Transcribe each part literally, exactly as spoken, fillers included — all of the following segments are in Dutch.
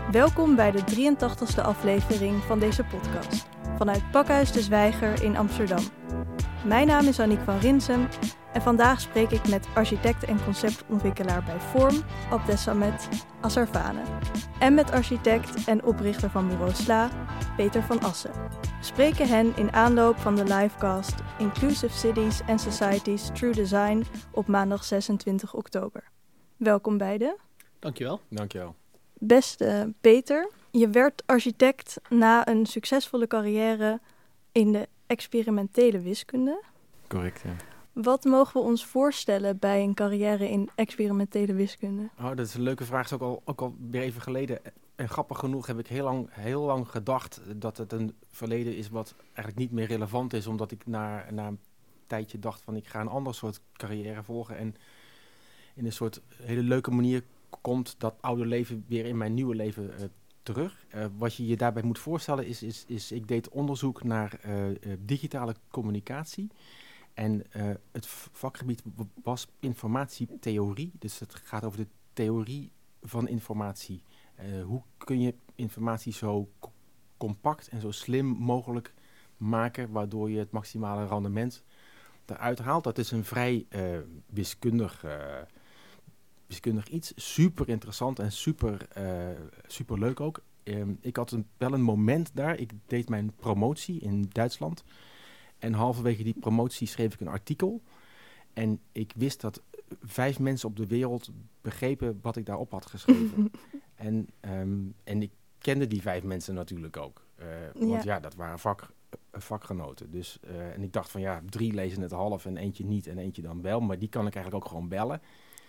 Welkom bij de drieëntachtigste aflevering van deze podcast, vanuit Pakhuis de Zwijger in Amsterdam. Mijn naam is Aniek van Rinsem en vandaag spreek ik met architect en conceptontwikkelaar bij Vorm, Abdesamet Asarfane. En met architect en oprichter van Bureau Sla, Peter van Assen. We spreken hen in aanloop van de livecast Inclusive Cities and Societies Through Design op maandag zesentwintig oktober. Welkom beiden. Dankjewel. Dankjewel. Beste Peter, je werd architect na een succesvolle carrière in de experimentele wiskunde. Correct, ja. Wat mogen we ons voorstellen bij een carrière in experimentele wiskunde? Oh, dat is een leuke vraag. Is ook al, ook al weer even geleden. En grappig genoeg heb ik heel lang, heel lang gedacht dat het een verleden is wat eigenlijk niet meer relevant is. Omdat ik na, na een tijdje dacht van ik ga een ander soort carrière volgen. En in een soort hele leuke manier komt dat oude leven weer in mijn nieuwe leven uh, terug. Uh, wat je je daarbij moet voorstellen is, is, is ik deed onderzoek naar uh, uh, digitale communicatie. En uh, het vakgebied was informatietheorie. Dus het gaat over de theorie van informatie. Uh, hoe kun je informatie zo co- compact en zo slim mogelijk maken, waardoor je het maximale rendement eruit haalt. Dat is een vrij uh, wiskundig, uh, wiskundig iets. Super interessant en super, uh, super leuk ook. Um, ik had een, wel een moment daar. Ik deed mijn promotie in Duitsland. En halverwege die promotie schreef ik een artikel. En ik wist dat vijf mensen op de wereld begrepen wat ik daarop had geschreven. en, um, en ik kende die vijf mensen natuurlijk ook. Uh, want ja, ja dat waren vak, uh, vakgenoten. Dus, uh, en ik dacht van ja, drie lezen het half en eentje niet en eentje dan wel. Maar die kan ik eigenlijk ook gewoon bellen.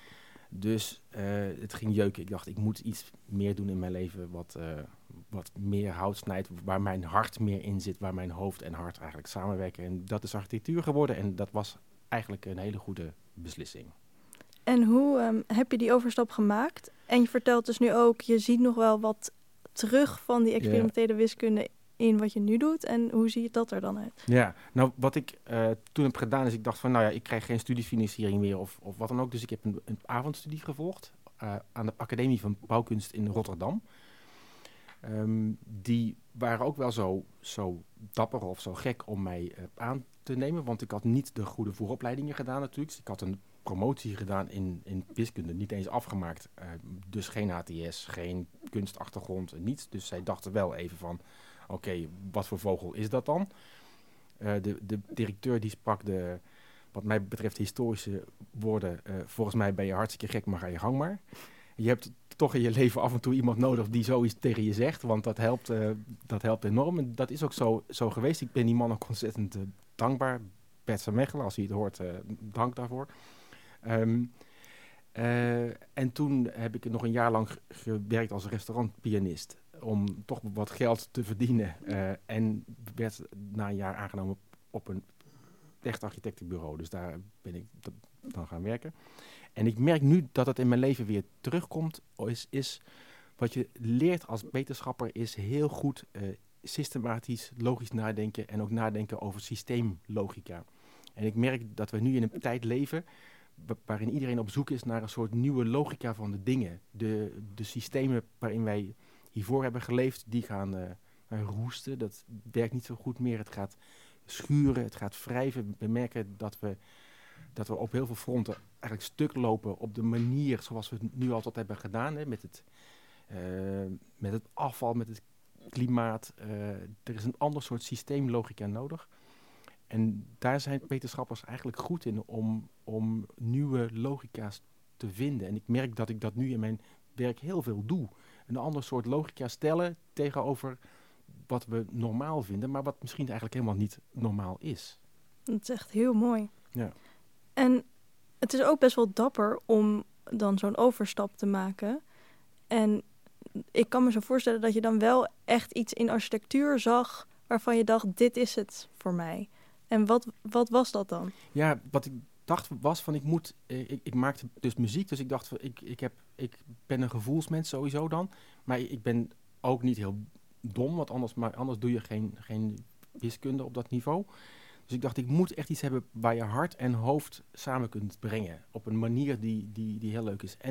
Dus uh, het ging jeuken. Ik dacht, ik moet iets meer doen in mijn leven wat, uh, wat meer hout snijdt. Waar mijn hart meer in zit. Waar mijn hoofd en hart eigenlijk samenwerken. En dat is architectuur geworden. En dat was eigenlijk een hele goede beslissing. En hoe um, heb je die overstap gemaakt? En je vertelt dus nu ook, je ziet nog wel wat terug van die experimentele wiskunde in wat je nu doet. En hoe ziet dat er dan uit? Ja, nou wat ik uh, toen heb gedaan is, ik dacht van nou ja, ik krijg geen studiefinanciering meer of, of wat dan ook. Dus ik heb een, een avondstudie gevolgd uh, aan de Academie van Bouwkunst in Rotterdam. Um, die waren ook wel zo, zo dapper of zo gek om mij uh, aan te nemen. Want ik had niet de goede vooropleidingen gedaan natuurlijk. Dus ik had een promotie gedaan in, in wiskunde, niet eens afgemaakt. Uh, dus geen H T S, geen kunstachtergrond, niets. Dus zij dachten wel even van, oké, okay, wat voor vogel is dat dan? Uh, de, de directeur die sprak de, wat mij betreft, historische woorden. Uh, volgens mij ben je hartstikke gek, maar ga je gang maar. Je hebt toch in je leven af en toe iemand nodig die zoiets tegen je zegt, want dat helpt, uh, dat helpt enorm. En dat is ook zo, zo geweest. Ik ben die man ook ontzettend uh, dankbaar. Bert Mechelen, als hij het hoort, uh, dank daarvoor. Um, uh, en toen heb ik nog een jaar lang g- gewerkt als restaurantpianist. Om toch wat geld te verdienen. Uh, en werd na een jaar aangenomen op een echt architectenbureau. Dus daar ben ik d- dan gaan werken. En ik merk nu dat het in mijn leven weer terugkomt. Is, is wat je leert als wetenschapper is heel goed uh, systematisch, logisch nadenken. En ook nadenken over systeemlogica. En ik merk dat we nu in een tijd leven waarin iedereen op zoek is naar een soort nieuwe logica van de dingen. De, de systemen waarin wij hiervoor hebben geleefd, die gaan uh, roesten. Dat werkt niet zo goed meer. Het gaat schuren, het gaat wrijven. We merken dat we, dat we op heel veel fronten eigenlijk stuk lopen op de manier zoals we het nu altijd hebben gedaan. Hè, met, het, uh, met het afval, met het klimaat. Uh, er is een ander soort systeemlogica nodig. En daar zijn wetenschappers eigenlijk goed in om, om nieuwe logica's te vinden. En ik merk dat ik dat nu in mijn werk heel veel doe. Een ander soort logica stellen tegenover wat we normaal vinden, maar wat misschien eigenlijk helemaal niet normaal is. Dat is echt heel mooi. Ja. En het is ook best wel dapper om dan zo'n overstap te maken. En ik kan me zo voorstellen dat je dan wel echt iets in architectuur zag waarvan je dacht, dit is het voor mij. En wat, wat was dat dan? Ja, wat ik dacht was van ik moet, eh, ik, ik maakte dus muziek, dus ik dacht van ik, ik, heb, ik ben een gevoelsmens sowieso dan. Maar ik ben ook niet heel dom, want anders, maar anders doe je geen, geen wiskunde op dat niveau. Dus ik dacht, ik moet echt iets hebben waar je hart en hoofd samen kunt brengen. Op een manier die, die, die heel leuk is. En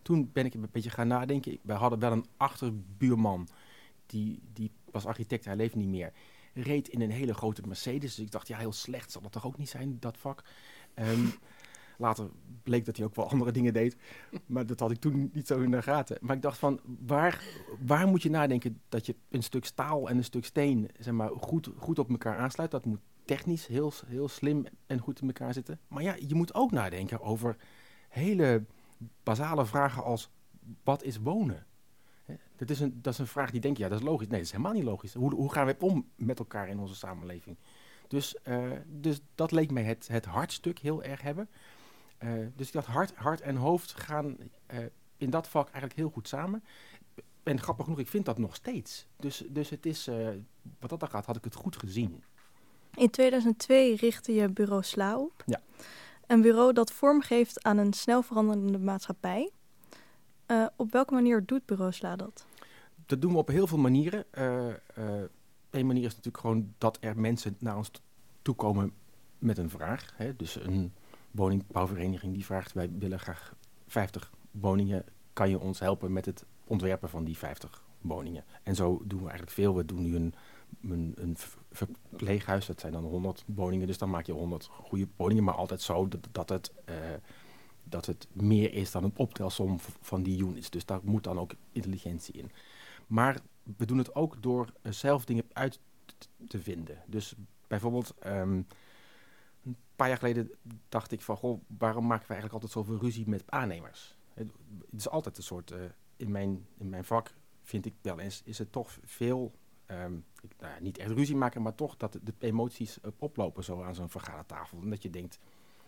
toen ben ik een beetje gaan nadenken. Ik, we hadden wel een achterbuurman, die, die was architect, hij leeft niet meer. Reed in een hele grote Mercedes, dus ik dacht, ja, heel slecht zal dat toch ook niet zijn, dat vak. Um, later bleek dat hij ook wel andere dingen deed, maar dat had ik toen niet zo in de gaten. Maar ik dacht van, waar, waar moet je nadenken dat je een stuk staal en een stuk steen, zeg maar, goed, goed op elkaar aansluit? Dat moet technisch heel, heel slim en goed in elkaar zitten. Maar ja, je moet ook nadenken over hele basale vragen als, wat is wonen? He, dat, is een, dat is een vraag die denk je, ja, dat is logisch. Nee, dat is helemaal niet logisch. Hoe, hoe gaan we om met elkaar in onze samenleving? Dus, uh, dus dat leek mij het, het hartstuk heel erg hebben. Uh, dus ik dacht, hart, hart en hoofd gaan uh, in dat vak eigenlijk heel goed samen. En grappig genoeg, ik vind dat nog steeds. Dus, dus het is, uh, wat dat dan gaat, had ik het goed gezien. In tweeduizend twee richtte je bureau S L A op. Ja. Een bureau dat vorm geeft aan een snel veranderende maatschappij. Uh, op welke manier doet bureau S L A dat? Dat doen we op heel veel manieren. Uh, uh, Eén manier is natuurlijk gewoon dat er mensen naar ons toe komen met een vraag. Hè? Dus een woningbouwvereniging die vraagt, wij willen graag vijftig woningen. Kan je ons helpen met het ontwerpen van die vijftig woningen? En zo doen we eigenlijk veel. We doen nu een, een, een verpleeghuis, dat zijn dan honderd woningen. Dus dan maak je honderd goede woningen, maar altijd zo dat, dat, het, uh, dat het meer is dan een optelsom van die units. Dus daar moet dan ook intelligentie in. Maar we doen het ook door uh, zelf dingen uit t- te vinden. Dus bijvoorbeeld, um, een paar jaar geleden dacht ik van, goh, waarom maken we eigenlijk altijd zoveel ruzie met aannemers? Het, het is altijd een soort, uh, in, mijn, in mijn vak vind ik wel eens, is het toch veel, um, ik, nou ja, niet echt ruzie maken, maar toch dat de, de emoties uh, oplopen zo aan zo'n vergadertafel. En dat je denkt,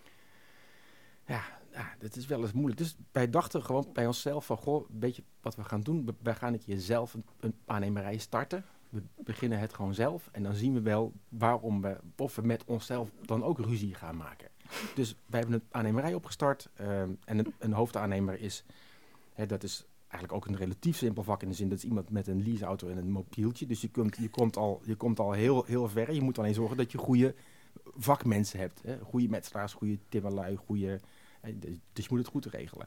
ja, ja, dat is wel eens moeilijk. Dus wij dachten gewoon bij onszelf van, goh, weet je wat we gaan doen? We, wij gaan een keer zelf een, een aannemerij starten. We beginnen het gewoon zelf en dan zien we wel waarom we, of we met onszelf dan ook ruzie gaan maken. Dus wij hebben een aannemerij opgestart um, en een, een hoofdaannemer is, hè, dat is eigenlijk ook een relatief simpel vak in de zin dat is iemand met een leaseauto en een mobieltje. Dus je, kunt, je komt al, je komt al heel, heel ver. Je moet alleen zorgen dat je goede vakmensen hebt. Hè? Goede metselaars, goede timmerlui, goede, hè, dus je moet het goed regelen.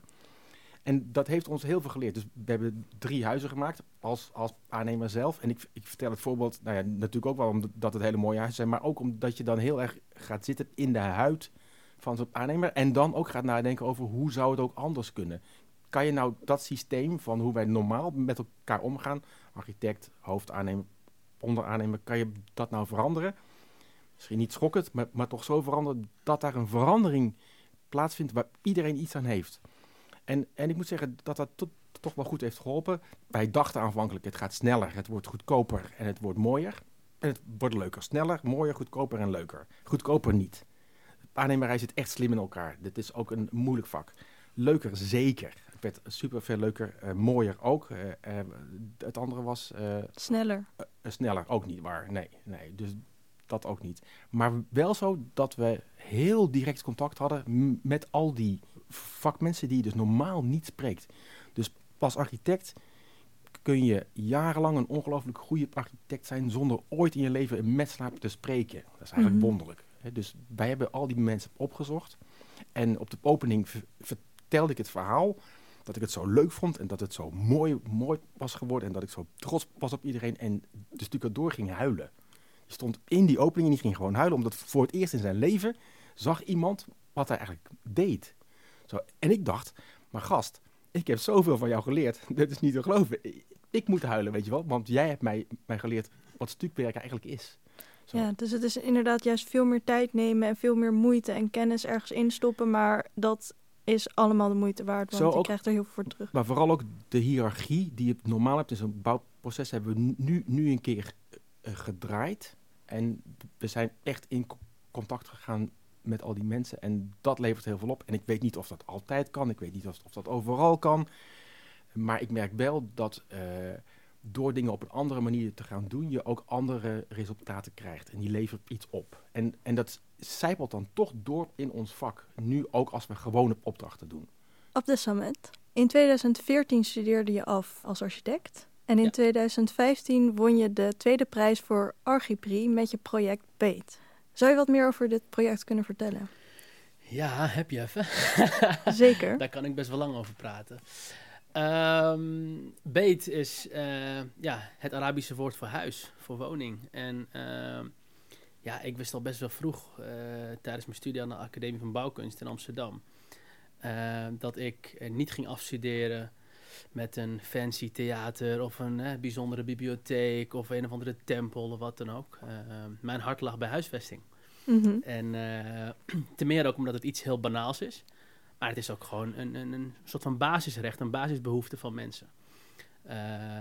En dat heeft ons heel veel geleerd. Dus we hebben drie huizen gemaakt als, als aannemer zelf. En ik, ik vertel het voorbeeld, nou ja, natuurlijk ook wel omdat het hele mooie huizen zijn, maar ook omdat je dan heel erg gaat zitten in de huid van zo'n aannemer. En dan ook gaat nadenken over hoe zou het ook anders kunnen. Kan je nou dat systeem van hoe wij normaal met elkaar omgaan, architect, hoofdaannemer, onderaannemer, kan je dat nou veranderen? Misschien niet schokkend, maar, maar toch zo veranderen dat daar een verandering plaatsvindt waar iedereen iets aan heeft. En, en ik moet zeggen dat dat to, toch wel goed heeft geholpen. Wij dachten aanvankelijk, het gaat sneller, het wordt goedkoper en het wordt mooier. En het wordt leuker. Sneller, mooier, goedkoper en leuker. Goedkoper niet. Aannemerij zit echt slim in elkaar. Dit is ook een moeilijk vak. Leuker zeker. Het werd super veel leuker. Uh, mooier ook. Uh, uh, het andere was... Uh, sneller. Uh, uh, sneller ook niet waar. Nee, nee. Dus dat ook niet. Maar wel zo dat we heel direct contact hadden m- met al die vakmensen die je dus normaal niet spreekt. Dus als architect kun je jarenlang een ongelooflijk goede architect zijn zonder ooit in je leven een metselaar te spreken. Dat is eigenlijk mm-hmm. wonderlijk. He, dus wij hebben al die mensen opgezocht. En op de opening v- vertelde ik het verhaal dat ik het zo leuk vond en dat het zo mooi, mooi was geworden en dat ik zo trots was op iedereen en de stucadoor ging huilen. Je stond in die opening en die ging gewoon huilen, omdat voor het eerst in zijn leven zag iemand wat hij eigenlijk deed. Zo, en ik dacht, maar gast, ik heb zoveel van jou geleerd, dat is niet te geloven. Ik moet huilen, weet je wel, want jij hebt mij, mij geleerd wat stukwerk eigenlijk is. Zo. Ja, dus het is inderdaad juist veel meer tijd nemen en veel meer moeite en kennis ergens instoppen, maar dat is allemaal de moeite waard, want Zo je ook, krijgt er heel veel voor terug. Maar vooral ook de hiërarchie die je normaal hebt in zo'n bouwproces hebben we nu, nu een keer uh, gedraaid. En we zijn echt in co- contact gegaan met al die mensen. En dat levert heel veel op. En ik weet niet of dat altijd kan. Ik weet niet of, of dat overal kan. Maar ik merk wel dat uh, door dingen op een andere manier te gaan doen, je ook andere resultaten krijgt. En die levert iets op. En, en dat sijpelt dan toch door in ons vak. Nu ook als we gewone opdrachten doen. Abdesamet, in tweeduizend veertien studeerde je af als architect. En in ja. tweeduizend vijftien won je de tweede prijs voor Archiprix met je project Beet. Zou je wat meer over dit project kunnen vertellen? Ja, heb je even. Zeker. Daar kan ik best wel lang over praten. Um, Beit is uh, ja, het Arabische woord voor huis, voor woning. En uh, ja, ik wist al best wel vroeg uh, tijdens mijn studie aan de Academie van Bouwkunst in Amsterdam uh, dat ik uh, niet ging afstuderen met een fancy theater of een uh, bijzondere bibliotheek of een of andere tempel of wat dan ook. Uh, mijn hart lag bij huisvesting. Mm-hmm. En uh, te meer ook omdat het iets heel banaals is. Maar het is ook gewoon een, een, een soort van basisrecht, een basisbehoefte van mensen. Uh,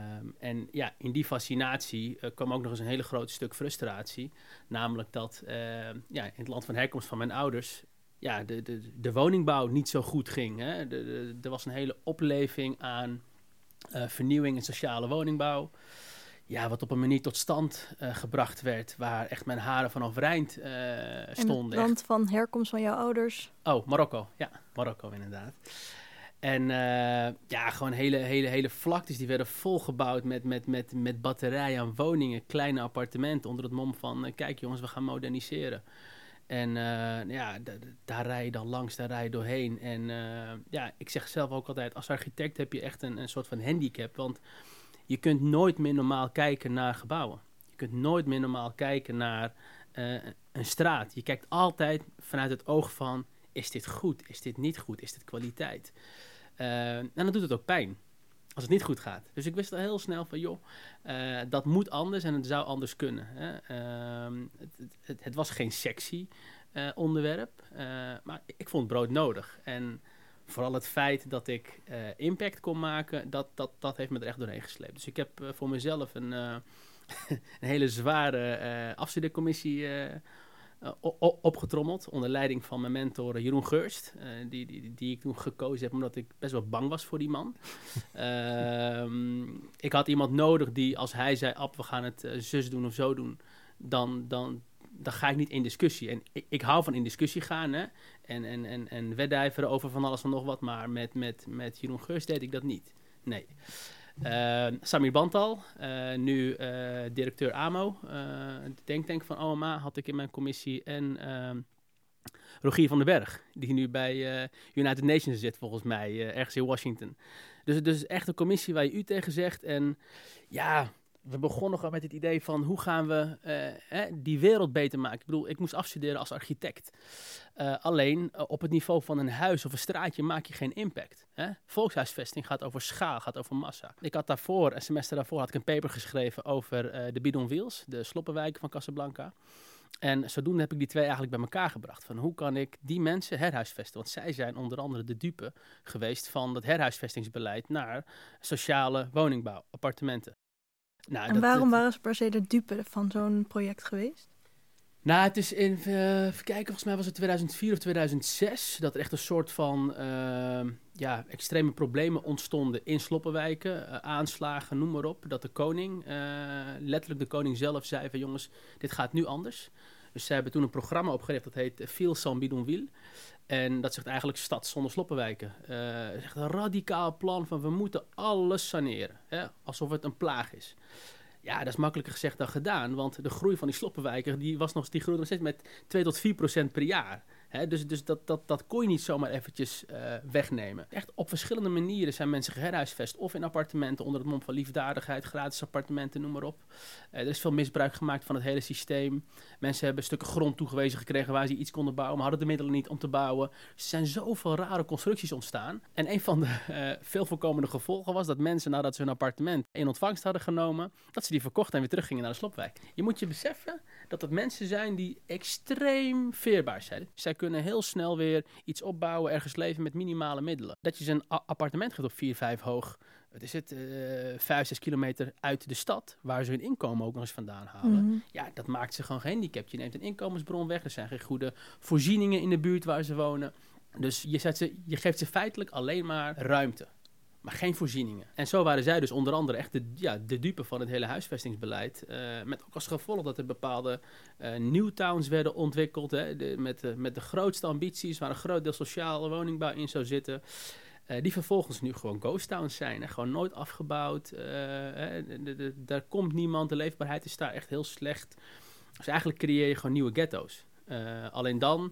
en ja, in die fascinatie uh, kwam ook nog eens een hele groot stuk frustratie. Namelijk dat uh, ja, in het land van herkomst van mijn ouders ja, de, de, de woningbouw niet zo goed ging. Hè. De, de, er was een hele opleving aan uh, vernieuwing en sociale woningbouw. Ja, wat op een manier tot stand uh, gebracht werd, waar echt mijn haren van overeind uh, stonden. En het land echt. Van herkomst van jouw ouders? Oh, Marokko. Ja, Marokko inderdaad. En uh, ja, gewoon hele, hele, hele vlaktes, die werden volgebouwd met, met, met, met batterijen aan woningen, kleine appartementen, onder het mom van, uh, kijk jongens, we gaan moderniseren. En uh, ja, d- d- daar rij je dan langs, daar rij je doorheen. En uh, ja, ik zeg zelf ook altijd, als architect heb je echt een, een soort van handicap, want je kunt nooit meer normaal kijken naar gebouwen. Je kunt nooit meer normaal kijken naar uh, een straat. Je kijkt altijd vanuit het oog van, is dit goed? Is dit niet goed? Is dit kwaliteit? Uh, en dan doet het ook pijn, als het niet goed gaat. Dus ik wist al heel snel van, joh, uh, dat moet anders en het zou anders kunnen. Hè? Uh, het, het, het was geen sexy uh, onderwerp, uh, maar ik vond brood nodig. En vooral het feit dat ik uh, impact kon maken, dat, dat, dat heeft me er echt doorheen gesleept. Dus ik heb uh, voor mezelf een, uh, een hele zware uh, afstudeercommissie uh, uh, opgetrommeld. Onder leiding van mijn mentor Jeroen Geurst. Uh, die, die, die ik toen gekozen heb omdat ik best wel bang was voor die man. uh, ik had iemand nodig die, als hij zei, Ab, we gaan het uh, zus doen of zo doen, dan... dan dan ga ik niet in discussie. En ik, ik hou van in discussie gaan, hè. En, en, en, en wedijveren over van alles en nog wat. Maar met, met, met Jeroen Geurst deed ik dat niet. Nee. Uh, Samir Bantal, uh, nu uh, directeur A M O. Uh, de denktank van O M A had ik in mijn commissie. En uh, Rogier van den Berg, die nu bij uh, United Nations zit, volgens mij. Uh, ergens in Washington. Dus, dus echt een commissie waar je u tegen zegt. En ja... We begonnen gewoon met het idee van hoe gaan we uh, hè, die wereld beter maken. Ik bedoel, ik moest afstuderen als architect. Uh, alleen uh, op het niveau van een huis of een straatje maak je geen impact. Hè? Volkshuisvesting gaat over schaal, gaat over massa. Ik had daarvoor, een semester daarvoor, had ik een paper geschreven over uh, de bidonvilles, de sloppenwijken van Casablanca. En zodoende heb ik die twee eigenlijk bij elkaar gebracht. Van hoe kan ik die mensen herhuisvesten? Want zij zijn onder andere de dupe geweest van het herhuisvestingsbeleid naar sociale woningbouw, appartementen. Nou, en dat, waarom het, waren ze per se de dupe van zo'n project geweest? Nou, het is in, uh, even kijken, volgens mij was het tweeduizend vier of tweeduizend zes... dat er echt een soort van uh, ja, extreme problemen ontstonden in sloppenwijken. Uh, aanslagen, noem maar op. Dat de koning, uh, letterlijk de koning zelf, zei van jongens, dit gaat nu anders. Dus zij hebben toen een programma opgericht, dat heet Ville sans bidonville. En dat zegt eigenlijk stad zonder sloppenwijken. Uh, het is echt een radicaal plan van we moeten alles saneren. Hè? Alsof het een plaag is. Ja, dat is makkelijker gezegd dan gedaan. Want de groei van die sloppenwijken, die, was nog, die groeide nog steeds met twee tot vier procent per jaar. Hè? Dus, dus dat, dat, dat kon je niet zomaar eventjes uh, wegnemen. Echt op verschillende manieren zijn mensen geherhuisvest. Of in appartementen onder het mom van liefdadigheid, gratis appartementen, noem maar op. Uh, er is veel misbruik gemaakt van het hele systeem. Mensen hebben stukken grond toegewezen gekregen waar ze iets konden bouwen, maar hadden de middelen niet om te bouwen. Er zijn zoveel rare constructies ontstaan. En een van de uh, veel voorkomende gevolgen was dat mensen, nadat ze hun appartement in ontvangst hadden genomen, dat ze die verkochten en weer teruggingen naar de slopwijk. Je moet je beseffen dat het mensen zijn die extreem veerbaar zijn. Zij kunnen heel snel weer iets opbouwen, ergens leven met minimale middelen. Dat je ze een a- appartement geeft op vier, vijf hoog, wat is het, uh, vijf, zes kilometer uit de stad, waar ze hun inkomen ook nog eens vandaan halen. Mm-hmm. Ja, dat maakt ze gewoon gehandicapt. Je neemt een inkomensbron weg, er zijn geen goede voorzieningen in de buurt waar ze wonen. Dus je, zet ze, je geeft ze feitelijk alleen maar ruimte, maar geen voorzieningen. En zo waren zij dus onder andere echt de, ja, de dupe van het hele huisvestingsbeleid. Uh, met ook als gevolg dat er bepaalde uh, newtowns werden ontwikkeld. Hè, de, met, de, met de grootste ambities, waar een groot deel sociale woningbouw in zou zitten. Uh, die vervolgens nu gewoon ghost towns zijn. Hè, gewoon nooit afgebouwd. Uh, hè, de, de, de, daar komt niemand. De leefbaarheid is daar echt heel slecht. Dus eigenlijk creëer je gewoon nieuwe ghetto's. Uh, alleen dan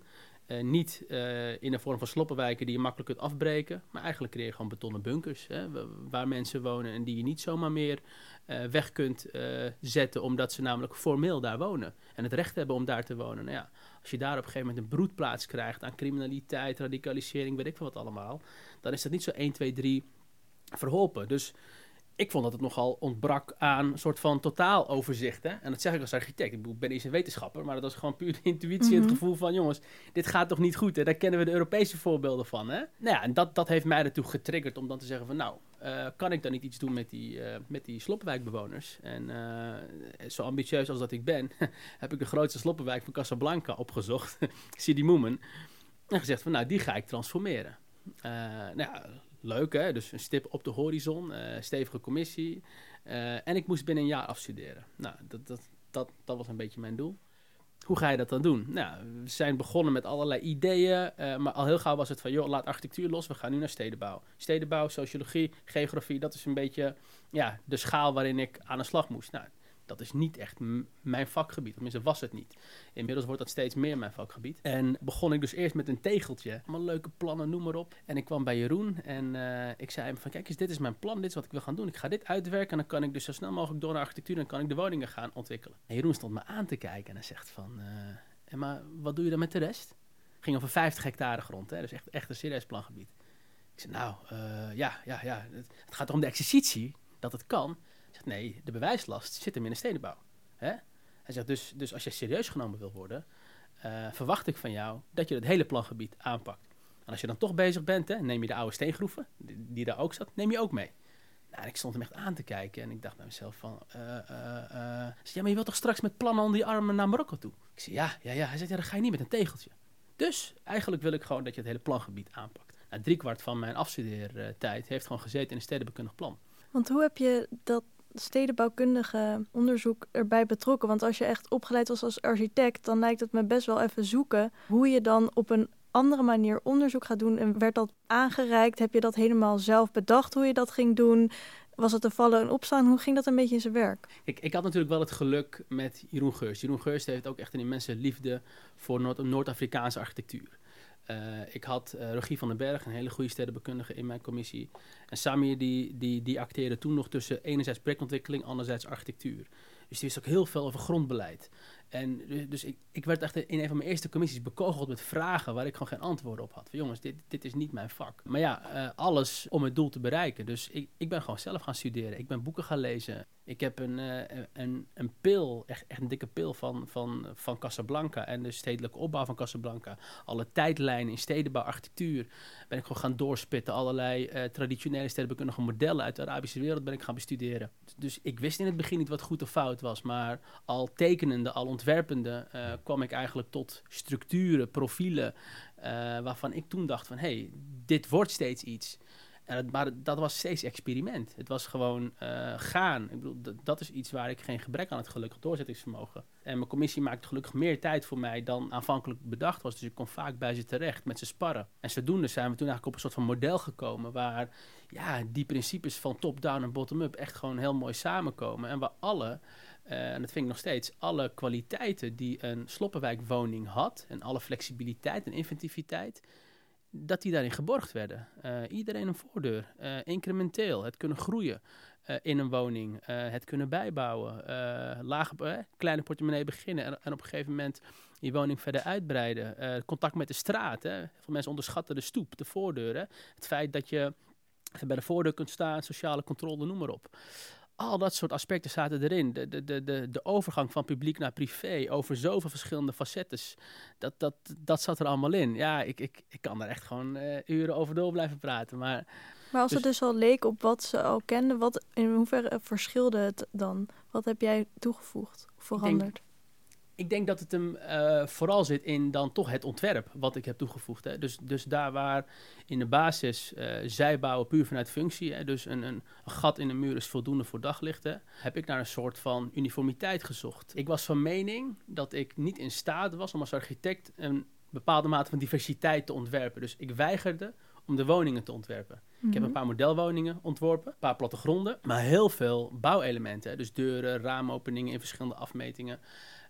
Uh, niet uh, in een vorm van sloppenwijken die je makkelijk kunt afbreken. Maar eigenlijk creëer je gewoon betonnen bunkers. Hè, waar mensen wonen en die je niet zomaar meer uh, weg kunt uh, zetten. Omdat ze namelijk formeel daar wonen. En het recht hebben om daar te wonen. Nou ja, als je daar op een gegeven moment een broedplaats krijgt aan criminaliteit, radicalisering, weet ik veel wat allemaal. Dan is dat niet zo één, twee, drie verholpen. Dus ik vond dat het nogal ontbrak aan een soort van totaaloverzicht. Hè? En dat zeg ik als architect. Ik ben niet een wetenschapper, maar dat was gewoon puur de intuïtie en mm-hmm. het gevoel van, jongens, dit gaat toch niet goed? Hè? Daar kennen we de Europese voorbeelden van. Hè? Nou ja, en dat, dat heeft mij ertoe getriggerd om dan te zeggen van, nou, uh, kan ik dan niet iets doen met die, uh, met die sloppenwijkbewoners? En uh, zo ambitieus als dat ik ben, heb ik de grootste sloppenwijk van Casablanca opgezocht, Sidi Moumen, en gezegd van, nou, die ga ik transformeren. Uh, nou ja, leuk hè, dus een stip op de horizon, uh, stevige commissie. Uh, en ik moest binnen een jaar afstuderen. Nou, dat, dat, dat, dat was een beetje mijn doel. Hoe ga je dat dan doen? Nou, we zijn begonnen met allerlei ideeën, uh, maar al heel gauw was het van, joh, laat architectuur los, we gaan nu naar stedenbouw. Stedenbouw, sociologie, geografie, dat is een beetje ja, de schaal waarin ik aan de slag moest. Nou, dat is niet echt m- mijn vakgebied. Tenminste, was het niet. Inmiddels wordt dat steeds meer mijn vakgebied. En begon ik dus eerst met een tegeltje. Allemaal leuke plannen, noem maar op. En ik kwam bij Jeroen en uh, ik zei hem van, kijk eens, dit is mijn plan. Dit is wat ik wil gaan doen. Ik ga dit uitwerken en dan kan ik dus zo snel mogelijk door naar architectuur en dan kan ik de woningen gaan ontwikkelen. En Jeroen stond me aan te kijken en hij zegt van, uh, maar wat doe je dan met de rest? Het ging over vijftig hectare grond, hè? Dus echt, echt een serieus plangebied. Ik zei, nou, uh, ja, ja, ja. Het, het gaat om de exercitie, dat het kan. Hij zegt, nee, de bewijslast zit hem in de stedenbouw. Hè? Hij zegt, dus, dus als je serieus genomen wil worden, uh, verwacht ik van jou dat je het hele plangebied aanpakt. En als je dan toch bezig bent, hè, neem je de oude steengroeven, die, die daar ook zat, neem je ook mee. Nou, en ik stond hem echt aan te kijken en ik dacht bij mezelf van, uh, uh, uh. Hij zegt, ja, maar je wilt toch straks met plannen onder je armen naar Marokko toe? Ik zei, ja, ja, ja. Hij zegt, ja, dan ga je niet met een tegeltje. Dus eigenlijk wil ik gewoon dat je het hele plangebied aanpakt. Nou, driekwart van mijn afstudeertijd heeft gewoon gezeten in een stedenbouwkundig plan. Want hoe heb je dat stedenbouwkundige onderzoek erbij betrokken? Want als je echt opgeleid was als architect, dan lijkt het me best wel even zoeken hoe je dan op een andere manier onderzoek gaat doen. En werd dat aangereikt? Heb je dat helemaal zelf bedacht hoe je dat ging doen? Was het een vallen en opstaan? Hoe ging dat een beetje in zijn werk? Ik, ik had natuurlijk wel het geluk met Jeroen Geurst. Jeroen Geurst heeft ook echt een immense liefde voor Noord- Noord-Afrikaanse architectuur. Uh, ik had uh, Rogier van den Berg, een hele goede stedenbouwkundige in mijn commissie. En Samir die, die, die acteerde toen nog tussen enerzijds projectontwikkeling, anderzijds architectuur. Dus die wist ook heel veel over grondbeleid. En dus ik, ik werd echt in een van mijn eerste commissies bekogeld met vragen waar ik gewoon geen antwoorden op had. Van, jongens, dit, dit is niet mijn vak. Maar ja, uh, alles om het doel te bereiken. Dus ik, ik ben gewoon zelf gaan studeren. Ik ben boeken gaan lezen. Ik heb een, uh, een, een pil, echt, echt een dikke pil van, van, van Casablanca en de stedelijke opbouw van Casablanca. Alle tijdlijnen in stedenbouw, architectuur. Ben ik gewoon gaan doorspitten. Allerlei uh, traditionele stedenbouwkundige modellen uit de Arabische wereld ben ik gaan bestuderen. Dus ik wist in het begin niet wat goed of fout was. Maar al tekenende, al ontwerpende uh, kwam ik eigenlijk tot structuren, profielen. Uh, waarvan ik toen dacht van, hé, hey, dit wordt steeds iets. En het, maar dat was steeds experiment. Het was gewoon uh, gaan. Ik bedoel, d- dat is iets waar ik geen gebrek aan het gelukkig doorzettingsvermogen. En mijn commissie maakte gelukkig meer tijd voor mij dan aanvankelijk bedacht was. Dus ik kon vaak bij ze terecht met ze sparren. En zodoende zijn we toen eigenlijk op een soort van model gekomen waar ja, die principes van top-down en bottom-up echt gewoon heel mooi samenkomen. En waar alle, uh, en dat vind ik nog steeds, alle kwaliteiten die een sloppenwijkwoning had en alle flexibiliteit en inventiviteit, dat die daarin geborgd werden. Uh, iedereen een voordeur. Uh, incrementeel. Het kunnen groeien uh, in een woning. Uh, het kunnen bijbouwen. Uh, lage, uh, kleine portemonnee beginnen. En, en op een gegeven moment je woning verder uitbreiden. Uh, contact met de straat. Hè. Veel mensen onderschatten de stoep, de voordeur. Hè. Het feit dat je bij de voordeur kunt staan, sociale controle, noem maar op. Al dat soort aspecten zaten erin. De, de, de, de, de overgang van publiek naar privé over zoveel verschillende facettes. Dat, dat, dat zat er allemaal in. Ja, ik, ik, ik kan daar echt gewoon uh, uren over door blijven praten. Maar, maar als dus, het dus al leek op wat ze al kenden, wat, in hoeverre verschilde het dan? Wat heb jij toegevoegd of veranderd? Ik denk, ik denk dat het hem uh, vooral zit in dan toch het ontwerp wat ik heb toegevoegd. Hè. Dus, dus daar waar in de basis uh, zij bouwen puur vanuit functie. Hè, dus een, een, een gat in de muur is voldoende voor daglicht. Hè, heb ik naar een soort van uniformiteit gezocht. Ik was van mening dat ik niet in staat was om als architect een bepaalde mate van diversiteit te ontwerpen. Dus ik weigerde om de woningen te ontwerpen. Mm-hmm. Ik heb een paar modelwoningen ontworpen, een paar plattegronden, maar heel veel bouwelementen. Hè, dus deuren, raamopeningen in verschillende afmetingen.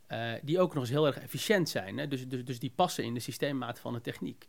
Uh, die ook nog eens heel erg efficiënt zijn. Hè? Dus, dus, dus die passen in de systeemmaat van de techniek.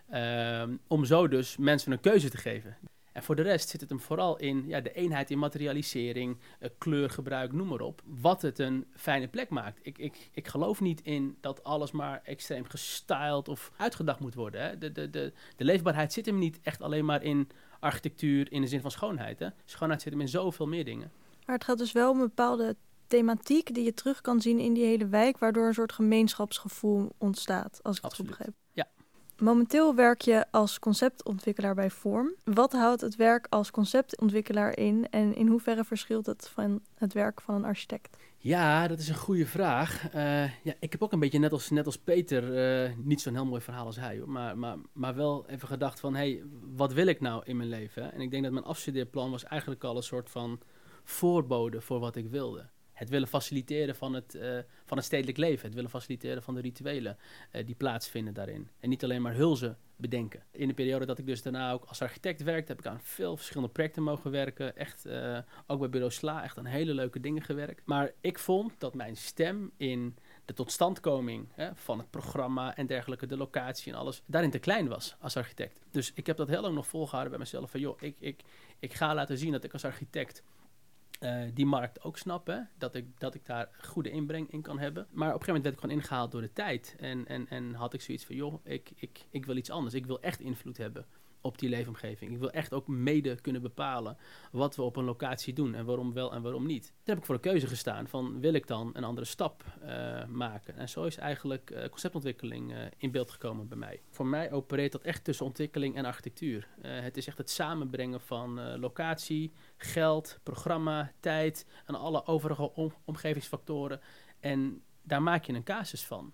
Uh, om zo dus mensen een keuze te geven. En voor de rest zit het hem vooral in ja, de eenheid in materialisering, uh, kleurgebruik, noem maar op. Wat het een fijne plek maakt. Ik, ik, ik geloof niet in dat alles maar extreem gestyled of uitgedacht moet worden. Hè? De, de, de, de leefbaarheid zit hem niet echt alleen maar in architectuur in de zin van schoonheid. Hè? Schoonheid zit hem in zoveel meer dingen. Maar het gaat dus wel om een bepaalde thematiek die je terug kan zien in die hele wijk, waardoor een soort gemeenschapsgevoel ontstaat, als ik het goed begrijp. Ja. Momenteel werk je als conceptontwikkelaar bij Vorm. Wat houdt het werk als conceptontwikkelaar in en in hoeverre verschilt het van het werk van een architect? Ja, dat is een goede vraag. Uh, ja, ik heb ook een beetje net als, net als Peter, uh, niet zo'n heel mooi verhaal als hij, hoor, maar, maar, maar wel even gedacht van, hé, hey, wat wil ik nou in mijn leven? Hè? En ik denk dat mijn afstudeerplan was eigenlijk al een soort van voorbode voor wat ik wilde. Het willen faciliteren van het, uh, van het stedelijk leven. Het willen faciliteren van de rituelen uh, die plaatsvinden daarin. En niet alleen maar hulzen bedenken. In de periode dat ik dus daarna ook als architect werkte, heb ik aan veel verschillende projecten mogen werken. Echt, uh, ook bij Bureau Sla, echt aan hele leuke dingen gewerkt. Maar ik vond dat mijn stem in de totstandkoming hè, van het programma en dergelijke, de locatie en alles, daarin te klein was als architect. Dus ik heb dat heel lang nog volgehouden bij mezelf. Van joh, ik, ik, ik ga laten zien dat ik als architect Uh, die markt ook snappen, dat ik, dat ik daar goede inbreng in kan hebben. Maar op een gegeven moment werd ik gewoon ingehaald door de tijd. En, en, en had ik zoiets van, joh, ik, ik, ik wil iets anders. Ik wil echt invloed hebben op die leefomgeving. Ik wil echt ook mede kunnen bepalen wat we op een locatie doen en waarom wel en waarom niet. Toen heb ik voor een keuze gestaan van, wil ik dan een andere stap uh, maken? En zo is eigenlijk uh, conceptontwikkeling uh, in beeld gekomen bij mij. Voor mij opereert dat echt tussen ontwikkeling en architectuur. Uh, het is echt het samenbrengen van uh, locatie, geld, programma, tijd en alle overige om- omgevingsfactoren. En daar maak je een casus van.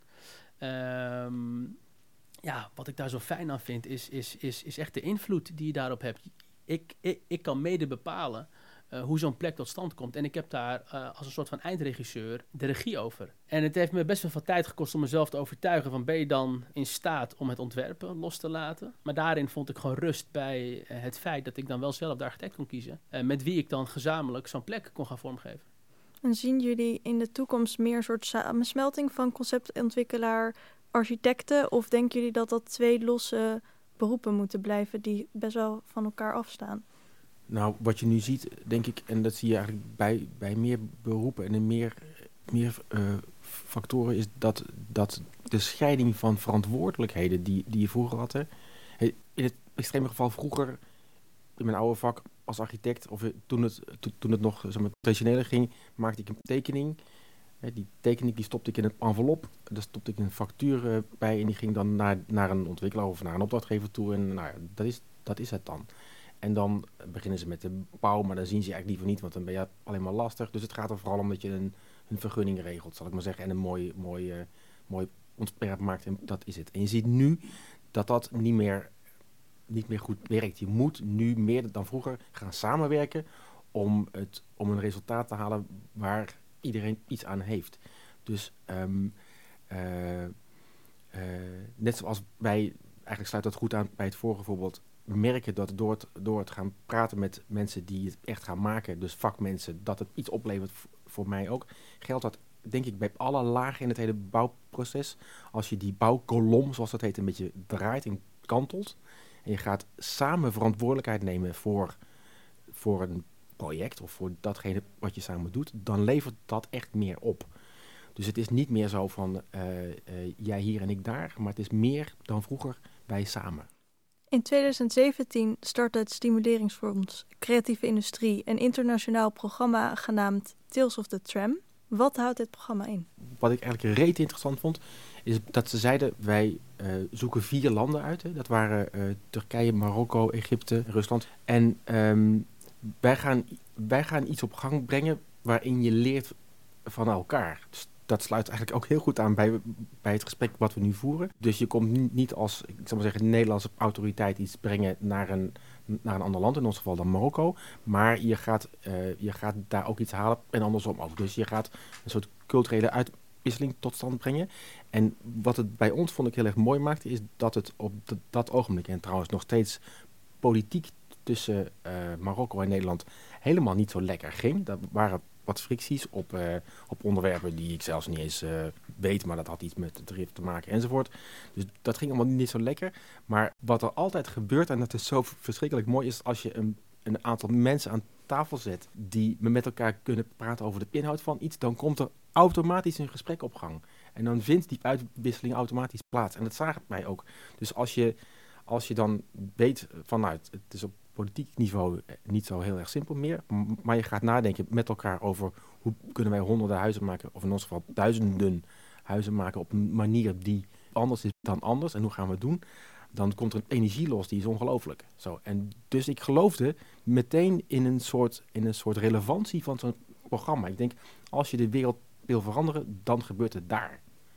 Um, Ja, wat ik daar zo fijn aan vind, is, is, is, is echt de invloed die je daarop hebt. Ik, ik, ik kan mede bepalen uh, hoe zo'n plek tot stand komt. En ik heb daar uh, als een soort van eindregisseur de regie over. En het heeft me best wel veel tijd gekost om mezelf te overtuigen van, ben je dan in staat om het ontwerpen los te laten? Maar daarin vond ik gewoon rust bij uh, het feit dat ik dan wel zelf de architect kon kiezen. Uh, met wie ik dan gezamenlijk zo'n plek kon gaan vormgeven. En zien jullie in de toekomst meer een soort samensmelting van conceptontwikkelaar, architecten, of denken jullie dat dat twee losse beroepen moeten blijven die best wel van elkaar afstaan? Nou, wat je nu ziet, denk ik, en dat zie je eigenlijk bij, bij meer beroepen en in meer, meer uh, factoren, is dat, dat de scheiding van verantwoordelijkheden die, die je vroeger had. Hè, in het extreme geval vroeger, in mijn oude vak als architect, of toen het, to, toen het nog zeg maar, traditioneler ging, maakte ik een tekening. Die tekening die stopte ik in een envelop, daar stopte ik een factuur uh, bij en die ging dan naar, naar een ontwikkelaar of naar een opdrachtgever toe. En nou ja, dat is, dat is het dan. En dan beginnen ze met de bouw, maar dan zien ze eigenlijk liever niet, want dan ben je alleen maar lastig. Dus het gaat er vooral om dat je een, een vergunning regelt, zal ik maar zeggen, en een mooi, mooi, uh, mooi ontwerp maakt. En dat is het. En je ziet nu dat dat niet meer, niet meer goed werkt. Je moet nu meer dan vroeger gaan samenwerken om, het, om een resultaat te halen waar iedereen iets aan heeft. Dus um, uh, uh, net zoals wij, eigenlijk sluit dat goed aan bij het vorige voorbeeld, we merken dat door het, door het gaan praten met mensen die het echt gaan maken, dus vakmensen, dat het iets oplevert v- voor mij ook, geldt dat denk ik bij alle lagen in het hele bouwproces. Als je die bouwkolom, zoals dat heet, een beetje draait en kantelt en je gaat samen verantwoordelijkheid nemen voor, voor een project of voor datgene wat je samen doet, dan levert dat echt meer op. Dus het is niet meer zo van uh, uh, jij hier en ik daar, maar het is meer dan vroeger wij samen. In twintig zeventien startte het Stimuleringsfonds Creatieve Industrie een internationaal programma genaamd Tales of the Tram. Wat houdt dit programma in? Wat ik eigenlijk reet interessant vond, is dat ze zeiden, wij uh, zoeken vier landen uit. Hè. Dat waren uh, Turkije, Marokko, Egypte, Rusland. En um, wij, gaan, wij gaan iets op gang brengen waarin je leert van elkaar. Dus dat sluit eigenlijk ook heel goed aan bij, bij het gesprek wat we nu voeren. Dus je komt niet als, ik zal maar zeggen, Nederlandse autoriteit iets brengen naar een, naar een ander land, in ons geval dan Marokko. Maar je gaat, uh, je gaat daar ook iets halen en andersom ook. Dus je gaat een soort culturele uitwisseling tot stand brengen. En wat het bij ons, vond ik, heel erg mooi maakte, is dat het op d- dat ogenblik, en trouwens nog steeds politiek tussen uh, Marokko en Nederland helemaal niet zo lekker ging. Daar waren wat fricties op, uh, op onderwerpen die ik zelfs niet eens uh, weet, maar dat had iets met het tarif te maken enzovoort. Dus dat ging allemaal niet zo lekker. Maar wat er altijd gebeurt, en dat is zo verschrikkelijk mooi, is als je een, een aantal mensen aan tafel zet die met elkaar kunnen praten over de inhoud van iets, dan komt er automatisch een gesprek op gang. En dan vindt die uitwisseling automatisch plaats. En dat zagen mij ook. Dus als je, als je dan weet van, nou, het, het is op politiek niveau niet zo heel erg simpel meer, maar je gaat nadenken met elkaar over hoe kunnen wij honderden huizen maken, of in ons geval duizenden huizen maken op een manier die anders is dan anders. En hoe gaan we het doen? Dan komt er een energie los die is ongelooflijk. Zo. En dus ik geloofde meteen in een soort, in een soort relevantie van zo'n programma. Ik denk, als je de wereld wil veranderen, dan gebeurt het daar.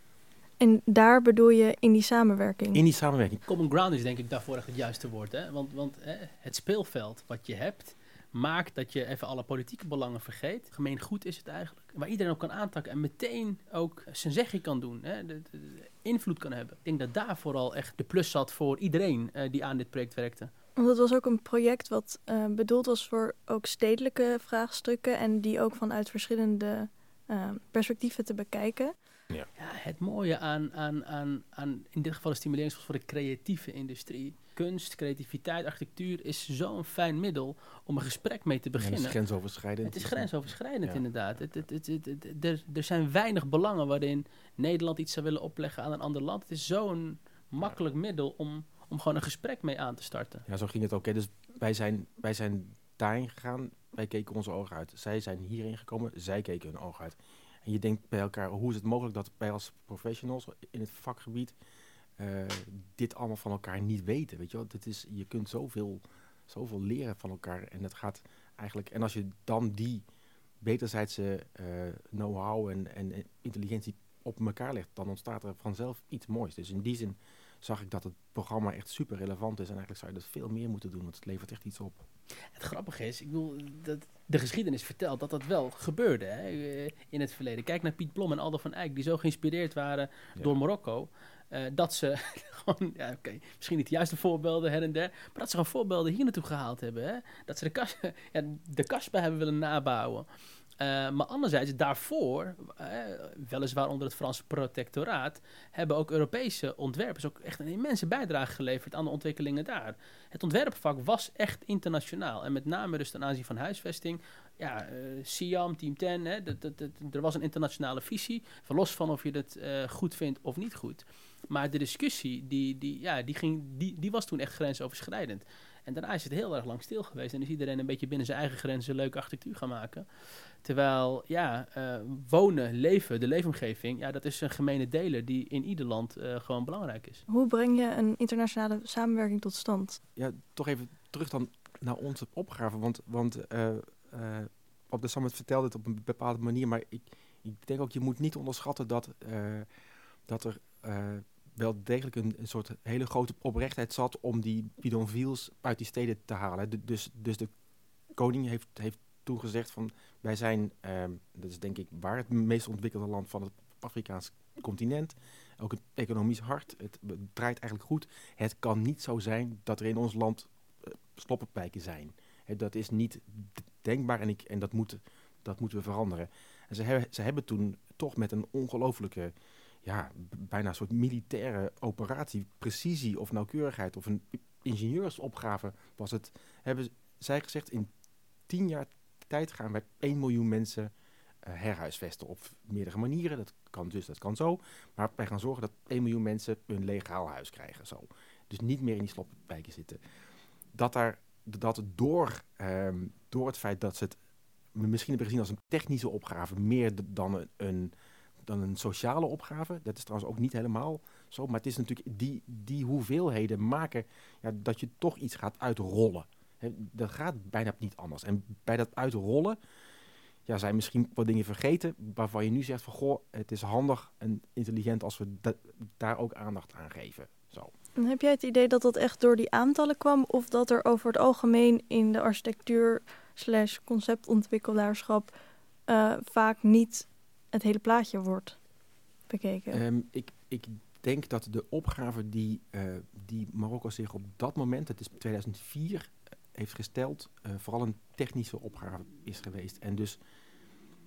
En daar bedoel je in die samenwerking? In die samenwerking. Common ground is denk ik daarvoor echt het juiste woord. Hè? Want, want hè, het speelveld wat je hebt, maakt dat je even alle politieke belangen vergeet. Gemeen goed is het eigenlijk. Waar iedereen op kan aantakken en meteen ook zijn zegje kan doen. Hè? De, de, de invloed kan hebben. Ik denk dat daar vooral echt de plus zat voor iedereen uh, die aan dit project werkte. Want het was ook een project wat uh, bedoeld was voor ook stedelijke vraagstukken en die ook vanuit verschillende uh, perspectieven te bekijken. Ja. Ja, het mooie aan, aan, aan, aan in dit geval de stimuleringsfonds voor de creatieve industrie. Kunst, creativiteit, architectuur is zo'n fijn middel om een gesprek mee te beginnen. Ja, het is grensoverschrijdend. Het is grensoverschrijdend ja. inderdaad. Het, het, het, het, het, het, er, er zijn weinig belangen waarin Nederland iets zou willen opleggen aan een ander land. Het is zo'n makkelijk ja. middel om, om gewoon een gesprek mee aan te starten. Ja, zo ging het ook. Hè. Dus wij zijn, wij zijn daarin gegaan, wij keken onze ogen uit. Zij zijn hierin gekomen, zij keken hun ogen uit. En je denkt bij elkaar, hoe is het mogelijk dat wij als professionals in het vakgebied uh, dit allemaal van elkaar niet weten, weet je wel? Dit is, je kunt zoveel, zoveel leren van elkaar en het gaat eigenlijk, en als je dan die wederzijdse uh, know-how en, en intelligentie op elkaar legt, dan ontstaat er vanzelf iets moois. Dus in die zin zag ik dat het programma echt super relevant is en eigenlijk zou je dat veel meer moeten doen, want het levert echt iets op. Het grappige is, ik bedoel, dat de geschiedenis vertelt dat dat wel gebeurde hè, in het verleden. Kijk naar Piet Blom en Aldo van Eyck, die zo geïnspireerd waren ja. door Marokko, uh, dat ze gewoon, ja, okay, misschien niet de juiste voorbeelden her en der, maar dat ze gewoon voorbeelden hier naartoe gehaald hebben. Hè? Dat ze de, kas, ja, de kasbah hebben willen nabouwen. Uh, maar anderzijds, daarvoor, uh, weliswaar onder het Franse protectoraat, hebben ook Europese ontwerpers ook echt een immense bijdrage geleverd aan de ontwikkelingen daar. Het ontwerpvak was echt internationaal. En met name dus ten aanzien van huisvesting. Ja, uh, Siam, Team ten, hè, dat, dat, dat, er was een internationale visie. Los van of je het uh, goed vindt of niet goed. Maar de discussie, die, die, ja, die, ging, die, die was toen echt grensoverschrijdend. En daarna is het heel erg lang stil geweest. En is iedereen een beetje binnen zijn eigen grenzen leuke architectuur gaan maken. Terwijl, ja, uh, wonen, leven, de leefomgeving, ja, dat is een gemene deler die in ieder land uh, gewoon belangrijk is. Hoe breng je een internationale samenwerking tot stand? Ja, toch even terug dan naar onze opgave. Want, want uh, uh, op de summit vertelde het op een bepaalde manier. Maar ik, ik denk ook, je moet niet onderschatten dat, uh, dat er uh, wel degelijk een, een soort hele grote oprechtheid zat om die bidonvilles uit die steden te halen. De, dus, dus de koning heeft, heeft toen gezegd van, wij zijn, um, dat is denk ik waar, het meest ontwikkelde land van het Afrikaans continent. Ook het economisch hart. Het, het draait eigenlijk goed. Het kan niet zo zijn dat er in ons land uh, sloppenpijken zijn. He, dat is niet denkbaar en, ik, en dat, moet, dat moeten we veranderen. En ze hebben, ze hebben toen toch met een ongelofelijke, ja, bijna een soort militaire operatie, precisie of nauwkeurigheid of een ingenieursopgave was het, hebben zij gezegd, in tien jaar tijd gaan wij één miljoen mensen uh, herhuisvesten op meerdere manieren. Dat kan dus, dat kan zo. Maar wij gaan zorgen dat één miljoen mensen een legaal huis krijgen. Zo. Dus niet meer in die sloppenwijken zitten. Dat, daar, dat door, um, door het feit dat ze het misschien hebben gezien als een technische opgave, meer d- dan een, een, dan een sociale opgave. Dat is trouwens ook niet helemaal zo. Maar het is natuurlijk, die, die hoeveelheden maken ja, dat je toch iets gaat uitrollen. He, dat gaat bijna niet anders. En bij dat uitrollen ja, zijn misschien wat dingen vergeten waarvan je nu zegt van goh, het is handig en intelligent als we da- daar ook aandacht aan geven. Zo. En heb jij het idee dat dat echt door die aantallen kwam of dat er over het algemeen in de architectuur slash conceptontwikkelaarschap uh, vaak niet het hele plaatje wordt bekeken? Um, ik, ik denk dat de opgave die, uh, die Marokko zich op dat moment, het is tweeduizend vier, heeft gesteld, uh, vooral een technische opgave is geweest. En dus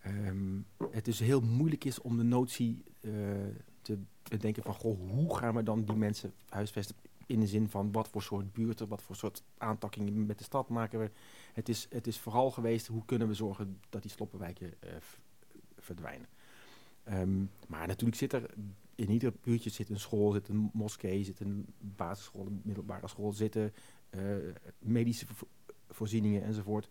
um, het dus heel moeilijk is om de notie uh, te bedenken van, goh, hoe gaan we dan die mensen huisvesten? In de zin van, wat voor soort buurten, wat voor soort aantakkingen met de stad maken we. Het is, het is vooral geweest, hoe kunnen we zorgen dat die sloppenwijken uh, v- verdwijnen. Um, maar natuurlijk zit er, in ieder buurtje zit een school, zit een moskee, zit een basisschool, een middelbare school, zitten uh, medische vo- voorzieningen enzovoort.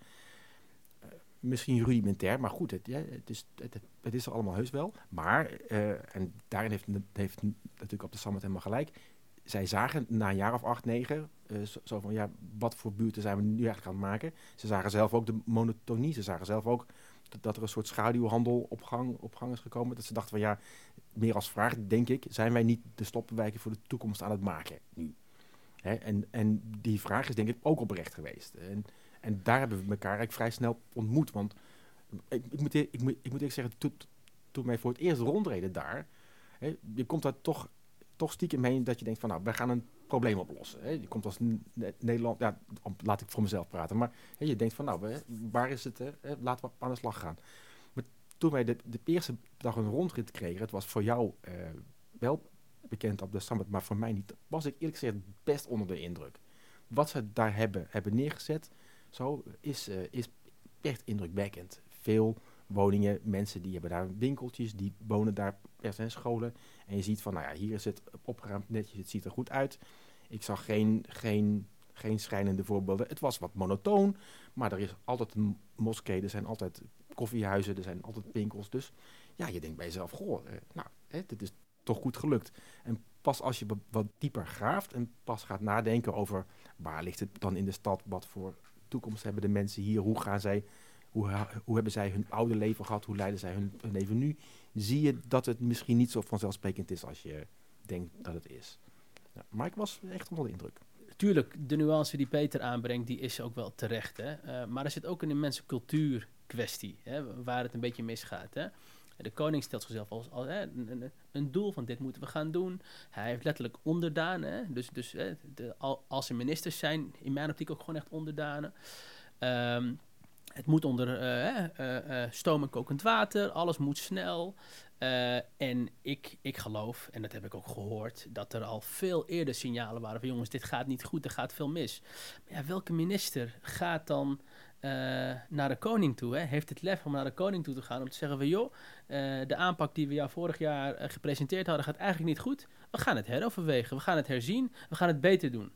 Uh, misschien rudimentair, maar goed, het, ja, het, is, het, het is er allemaal heus wel. Maar, uh, en daarin heeft, heeft natuurlijk op de Sammet helemaal gelijk, zij zagen na een jaar of acht, negen, uh, zo, zo van, ja, wat voor buurten zijn we nu eigenlijk aan het maken? Ze zagen zelf ook de monotonie, ze zagen zelf ook dat, dat er een soort schaduwhandel op gang, op gang is gekomen. Dat ze dachten van, ja, meer als vraag, denk ik, zijn wij niet de sloppenwijken voor de toekomst aan het maken nu? Hè? En, en die vraag is denk ik ook oprecht geweest. En, en daar hebben we elkaar eigenlijk vrij snel ontmoet. Want ik, ik, moet, ik, moet, ik moet eerlijk zeggen, toen, toen wij voor het eerst rondreden daar, hè, je komt daar toch, toch stiekem heen dat je denkt van, nou, wij gaan een probleem oplossen. Hè. Je komt als N- Nederland, ja, laat ik voor mezelf praten, maar hè, je denkt van, nou, we, waar is het, hè, laten we aan de slag gaan. Maar toen wij de, de eerste dag een rondrit kregen, het was voor jou uh, wel bekend op de Summit, maar voor mij niet, was ik eerlijk gezegd best onder de indruk. Wat ze daar hebben, hebben neergezet, zo, is, uh, is echt indrukwekkend. Veel woningen, mensen die hebben daar winkeltjes, die wonen daar, er zijn scholen. En je ziet van, nou ja, hier is het opgeruimd netjes, het ziet er goed uit. Ik zag geen, geen, geen schrijnende voorbeelden. Het was wat monotoon, maar er is altijd een moskee, er zijn altijd koffiehuizen, er zijn altijd winkels. Dus ja, je denkt bij jezelf, goh, eh, nou, hè, dit is toch goed gelukt. En pas als je b- wat dieper graaft en pas gaat nadenken over waar ligt het dan in de stad, wat voor toekomst hebben de mensen hier, hoe gaan zij, hoe, ha- hoe hebben zij hun oude leven gehad, hoe leiden zij hun, hun leven nu, zie je dat het misschien niet zo vanzelfsprekend is als je denkt dat het is. Ja, maar ik was echt onder de indruk. Tuurlijk, de nuance die Peter aanbrengt, die is ook wel terecht. Hè? Uh, maar er zit ook een immense cultuurkwestie, hè, waar het een beetje misgaat. Hè? De koning stelt zichzelf als, als hè, een, een doel van dit moeten we gaan doen. Hij heeft letterlijk onderdanen. Dus, dus hè, de, al, als er ministers zijn, in mijn optiek ook gewoon echt onderdanen. Um, het moet onder uh, uh, uh, stoom en kokend water. Alles moet snel. Uh, en ik, ik geloof, en dat heb ik ook gehoord, dat er al veel eerder signalen waren van jongens, dit gaat niet goed, er gaat veel mis. Maar ja, welke minister gaat dan uh, naar de koning toe? Hè? Heeft het lef om naar de koning toe te gaan om te zeggen van joh, uh, de aanpak die we jou vorig jaar uh, gepresenteerd hadden gaat eigenlijk niet goed. We gaan het heroverwegen, we gaan het herzien, we gaan het beter doen.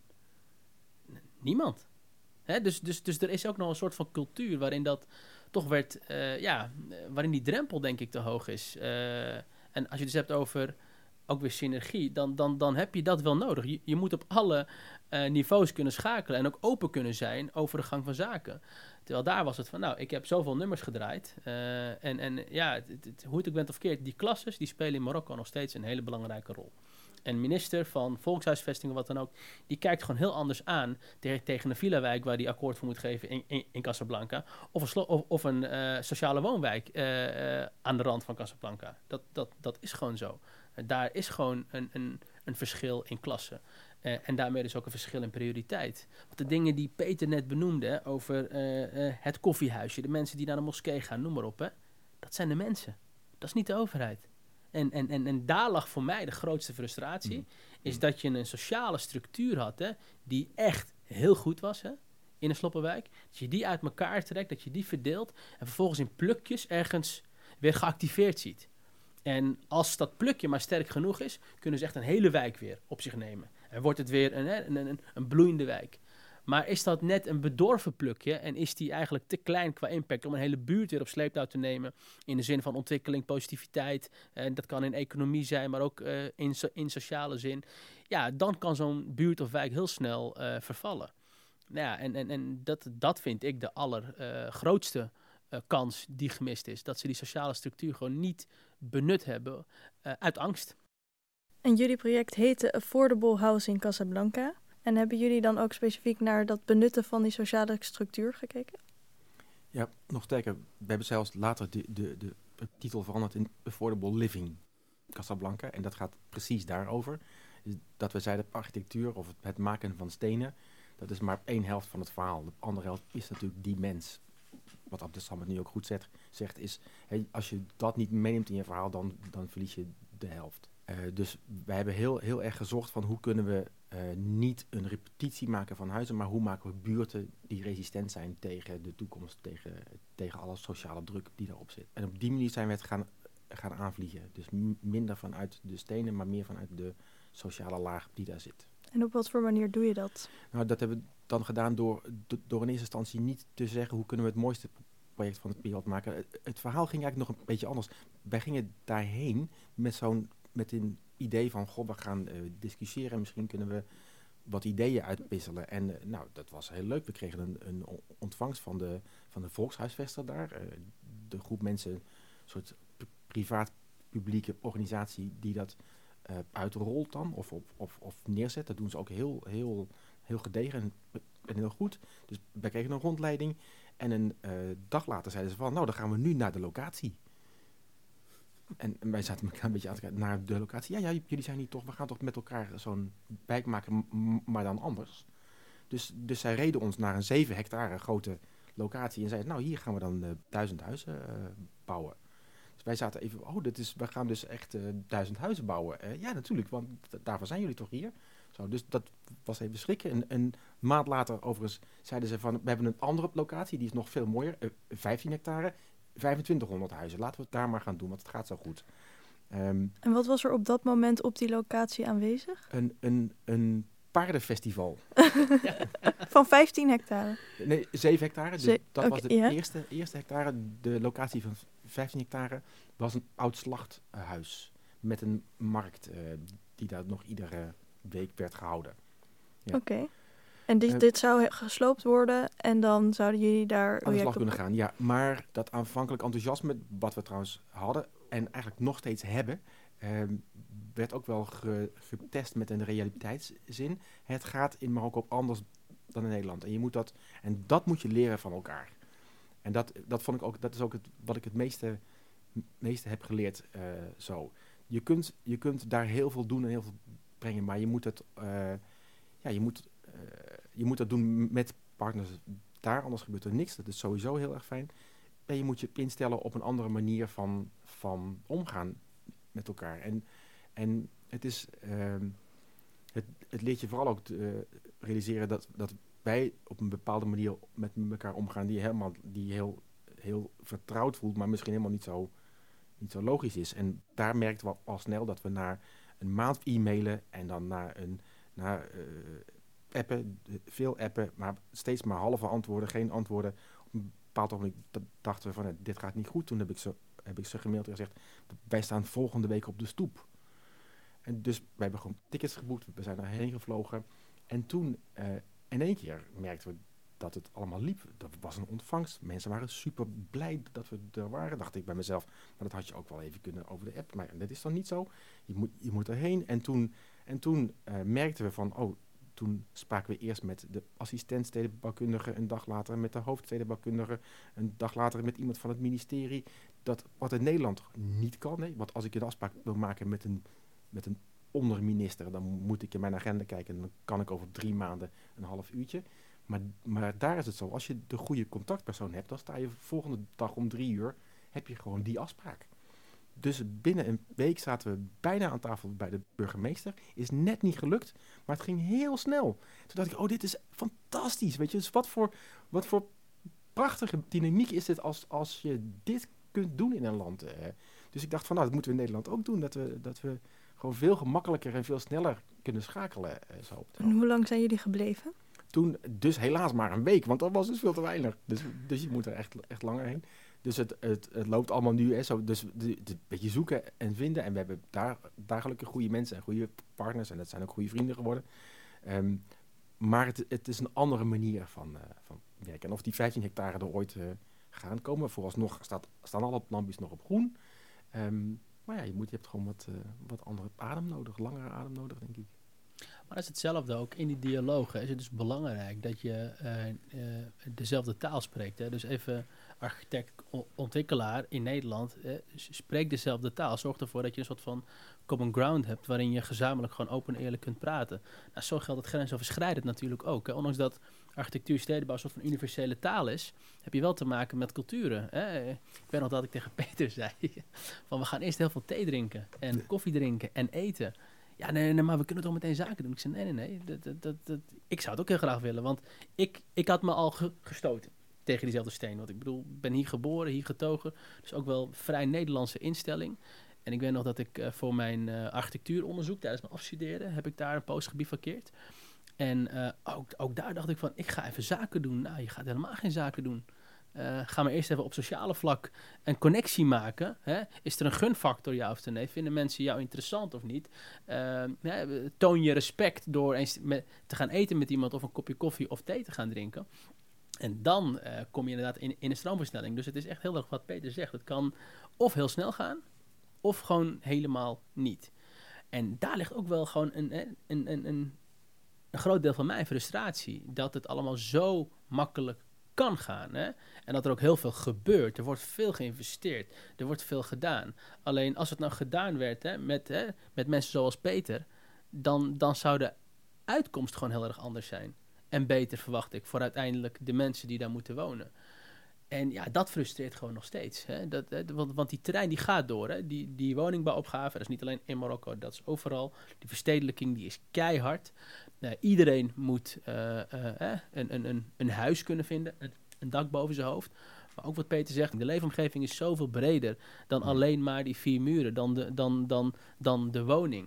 Niemand. Hè? Dus, dus, dus er is ook nog een soort van cultuur waarin dat toch werd, uh, ja, waarin die drempel denk ik te hoog is. Uh, en als je dus hebt over ook weer synergie, dan, dan, dan heb je dat wel nodig. Je, je moet op alle uh, niveaus kunnen schakelen en ook open kunnen zijn over de gang van zaken. Terwijl daar was het van, nou, ik heb zoveel nummers gedraaid. Uh, en, en ja, het, het, hoe het ook bent of keert, die klasses, die spelen in Marokko nog steeds een hele belangrijke rol. En minister van volkshuisvesting of wat dan ook, die kijkt gewoon heel anders aan te, tegen een villa-wijk waar die akkoord voor moet geven in, in, in Casablanca. Of een, slo- of, of een uh, sociale woonwijk uh, uh, aan de rand van Casablanca. Dat, dat, dat is gewoon zo. Uh, daar is gewoon een, een, een verschil in klasse. Uh, en daarmee dus ook een verschil in prioriteit. Want de dingen die Peter net benoemde hè, over uh, uh, het koffiehuisje, de mensen die naar de moskee gaan, noem maar op. Hè, dat zijn de mensen. Dat is niet de overheid. En, en, en, en daar lag voor mij de grootste frustratie. Mm. Is dat je een sociale structuur had, hè, die echt heel goed was, hè, in een sloppenwijk. Dat je die uit elkaar trekt, dat je die verdeelt en vervolgens in plukjes ergens weer geactiveerd ziet. En als dat plukje maar sterk genoeg is, kunnen ze echt een hele wijk weer op zich nemen. En wordt het weer een, een, een, een bloeiende wijk. Maar is dat net een bedorven plukje en is die eigenlijk te klein qua impact om een hele buurt weer op sleeptouw te nemen in de zin van ontwikkeling, positiviteit. En dat kan in economie zijn, maar ook uh, in, so- in sociale zin. Ja, dan kan zo'n buurt of wijk heel snel uh, vervallen. Nou ja, en, en, en dat, dat vind ik de allergrootste uh, uh, kans die gemist is. Dat ze die sociale structuur gewoon niet benut hebben uh, uit angst. En jullie project heette Affordable Housing Casablanca. En hebben jullie dan ook specifiek naar dat benutten van die sociale structuur gekeken? Ja, nog sterker. We hebben zelfs later de, de, de titel veranderd in Affordable Living Casablanca. En dat gaat precies daarover. Dus dat we zeiden, architectuur of het, het maken van stenen, dat is maar één helft van het verhaal. De andere helft is natuurlijk die mens wat Abdeslam het nu ook goed zegt, zegt is, hey, als je dat niet meeneemt in je verhaal, dan, dan verlies je de helft. Uh, dus wij hebben heel, heel erg gezocht van hoe kunnen we uh, niet een repetitie maken van huizen, maar hoe maken we buurten die resistent zijn tegen de toekomst, tegen, tegen alle sociale druk die daarop zit. En op die manier zijn we het gaan, gaan aanvliegen. Dus m- minder vanuit de stenen, maar meer vanuit de sociale laag die daar zit. En op wat voor manier doe je dat? Nou, dat hebben we dan gedaan door, door in eerste instantie niet te zeggen hoe kunnen we het mooiste project van het wereld maken. Het, het verhaal ging eigenlijk nog een beetje anders. Wij gingen daarheen met zo'n met een idee van, goh, we gaan uh, discussiëren, misschien kunnen we wat ideeën uitwisselen. En uh, nou, dat was heel leuk. We kregen een, een ontvangst van de, van de volkshuisvester daar. Uh, de groep mensen, een soort p- privaat-publieke organisatie die dat uh, uitrolt dan, of, of, of, of neerzet. Dat doen ze ook heel, heel, heel gedegen en, en heel goed. Dus wij kregen een rondleiding en een uh, dag later zeiden ze van, nou, dan gaan we nu naar de locatie. En, en wij zaten elkaar een beetje aan te kijken naar de locatie. Ja, ja, jullie zijn hier toch, we gaan toch met elkaar zo'n wijk maken, m- maar dan anders. Dus, dus zij reden ons naar een zeven hectare grote locatie en zeiden, nou, hier gaan we dan uh, duizend huizen uh, bouwen. Dus wij zaten even, oh, dit is, we gaan dus echt uh, duizend huizen bouwen. Uh, ja, natuurlijk, want d- daarvoor zijn jullie toch hier? Zo, dus dat was even schrikken. En een maand later, overigens, zeiden ze van, we hebben een andere locatie, die is nog veel mooier, uh, vijftien hectare. vijfentwintighonderd huizen. Laten we het daar maar gaan doen, want het gaat zo goed. Um, en wat was er op dat moment op die locatie aanwezig? Een, een, een paardenfestival. Van vijftien hectare? Nee, zeven hectare. Ze- De, dat okay, was de ja. eerste, eerste hectare. De locatie van vijftien hectare was een oud slachthuis. Met een markt uh, die daar nog iedere week werd gehouden. Ja. Oké. Okay. En dit, uh, dit zou gesloopt worden en dan zouden jullie daar aan de slag kunnen gaan. Ja, maar dat aanvankelijk enthousiasme, wat we trouwens hadden en eigenlijk nog steeds hebben, uh, werd ook wel ge, getest met een realiteitszin. Het gaat in Marokko anders dan in Nederland. En je moet dat, en dat moet je leren van elkaar. En dat, dat vond ik ook, dat is ook het, wat ik het meeste, meeste heb geleerd uh, zo. Je kunt, je kunt daar heel veel doen en heel veel brengen, maar je moet het, uh, ja, je moet Uh, je moet dat doen met partners daar, anders gebeurt er niks. Dat is sowieso heel erg fijn. En je moet je instellen op een andere manier van, van omgaan met elkaar. En, en het is, uh, het, het leert je vooral ook te, uh, realiseren dat, dat wij op een bepaalde manier met elkaar omgaan die helemaal, die heel, heel vertrouwd voelt, maar misschien helemaal niet zo, niet zo logisch is. En daar merkten we al snel dat we na een maand e-mailen en dan na een, na, uh, appen, veel appen, maar steeds maar halve antwoorden, geen antwoorden. Op een bepaald ogenblik dachten we van, nou, dit gaat niet goed. Toen heb ik ze, heb ik ze gemaild en gezegd, wij staan volgende week op de stoep. En dus wij hebben gewoon tickets geboekt, we zijn daarheen gevlogen. En toen, uh, in één keer merkten we dat het allemaal liep. Dat was een ontvangst. Mensen waren super blij dat we er waren. Dacht ik bij mezelf, maar dat had je ook wel even kunnen over de app. Maar dat is dan niet zo. Je moet, je moet erheen. En toen, en toen uh, merkten we van, oh, toen spraken we eerst met de assistent stedenbouwkundige, een dag later met de hoofdstedenbouwkundige, een dag later met iemand van het ministerie. Dat wat in Nederland niet kan. Nee? Want als ik een afspraak wil maken met een, met een onderminister, dan moet ik in mijn agenda kijken en dan kan ik over drie maanden een half uurtje. Maar, maar daar is het zo, als je de goede contactpersoon hebt, dan sta je volgende dag om drie uur, heb je gewoon die afspraak. Dus binnen een week zaten we bijna aan tafel bij de burgemeester. Is net niet gelukt, maar het ging heel snel. Toen dacht ik, oh, dit is fantastisch. Weet je, dus wat voor, wat voor prachtige dynamiek is dit als, als je dit kunt doen in een land. Eh. Dus ik dacht van, nou, dat moeten we in Nederland ook doen. Dat we, dat we gewoon veel gemakkelijker en veel sneller kunnen schakelen. Eh, zo. En hoe lang zijn jullie gebleven? Toen dus helaas maar een week, want dat was dus veel te weinig. Dus, dus je moet er echt, echt langer heen. Dus het, het, het loopt allemaal nu, hè, zo, dus een beetje zoeken en vinden. En we hebben daar dagelijks goede mensen en goede partners. En dat zijn ook goede vrienden geworden. Um, maar het, het is een andere manier van, uh, van werken. En of die vijftien hectare er ooit uh, gaan komen. Vooralsnog staat, staan alle lampjes nog op groen. Um, maar ja, je, moet, je hebt gewoon wat, uh, wat andere adem nodig. Langere adem nodig, denk ik. Maar dat is hetzelfde ook. In die dialogen is het dus belangrijk dat je uh, uh, dezelfde taal spreekt. Hè? Dus even architect, o- ontwikkelaar in Nederland, eh, spreekt dezelfde taal. Zorg ervoor dat je een soort van common ground hebt waarin je gezamenlijk gewoon open en eerlijk kunt praten. Nou, zo geldt het grensoverschrijdend natuurlijk ook. Hè? Ondanks dat architectuur, stedenbouw een soort van universele taal is, heb je wel te maken met culturen. Hè? Ik weet nog dat ik tegen Peter zei, van we gaan eerst heel veel thee drinken en koffie drinken en eten. Ja, nee, nee, maar we kunnen toch meteen zaken doen? Ik zei, nee, nee, nee. Dat, dat, dat, dat, ik zou het ook heel graag willen, want ik, ik had me al ge- gestoten tegen diezelfde steen. Want ik bedoel, ik ben hier geboren, hier getogen. Dus ook wel vrij Nederlandse instelling. En ik weet nog dat ik uh, voor mijn uh, architectuuronderzoek tijdens mijn afstuderen, heb ik daar een post gebivakkeerd. En uh, ook, ook daar dacht ik van, ik ga even zaken doen. Nou, je gaat helemaal geen zaken doen. Uh, ga maar eerst even op sociale vlak een connectie maken. Hè? Is er een gunfactor, ja of nee? Vinden mensen jou interessant of niet? Uh, ja, toon je respect door eens met, te gaan eten met iemand of een kopje koffie of thee te gaan drinken. En dan uh, kom je inderdaad in, in een stroomversnelling. Dus het is echt heel erg wat Peter zegt. Het kan of heel snel gaan, of gewoon helemaal niet. En daar ligt ook wel gewoon een, een, een, een, een groot deel van mijn frustratie. Dat het allemaal zo makkelijk kan gaan. Hè? En dat er ook heel veel gebeurt. Er wordt veel geïnvesteerd. Er wordt veel gedaan. Alleen als het nou gedaan werd hè, met, hè, met mensen zoals Peter, dan, dan zou de uitkomst gewoon heel erg anders zijn. En beter, verwacht ik, voor uiteindelijk de mensen die daar moeten wonen. En ja, dat frustreert gewoon nog steeds. Hè? Dat, hè, want, want die terrein die gaat door. Hè? Die, die woningbouwopgave, dat is niet alleen in Marokko, dat is overal. Die verstedelijking die is keihard. Uh, iedereen moet uh, uh, uh, een, een, een, een huis kunnen vinden, een, een dak boven zijn hoofd. Maar ook wat Peter zegt, de leefomgeving is zoveel breder dan ja. alleen maar die vier muren, dan de, dan, dan, dan de woning.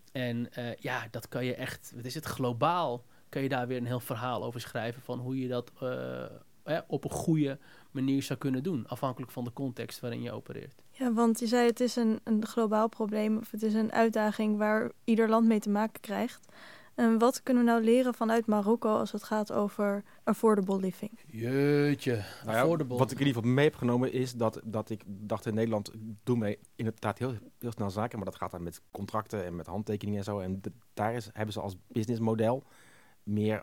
En uh, ja, dat kan je echt, wat is het, globaal kun je daar weer een heel verhaal over schrijven van hoe je dat uh, eh, op een goede manier zou kunnen doen, afhankelijk van de context waarin je opereert. Ja, want je zei het is een, een globaal probleem of het is een uitdaging waar ieder land mee te maken krijgt. En wat kunnen we nou leren vanuit Marokko als het gaat over affordable living? Jeetje, nou ja, affordable. Wat ik in ieder geval mee heb genomen is dat, dat ik dacht in Nederland doen wij inderdaad heel, heel snel zaken, maar dat gaat dan met contracten en met handtekeningen en zo. En de, daar is, hebben ze als businessmodel meer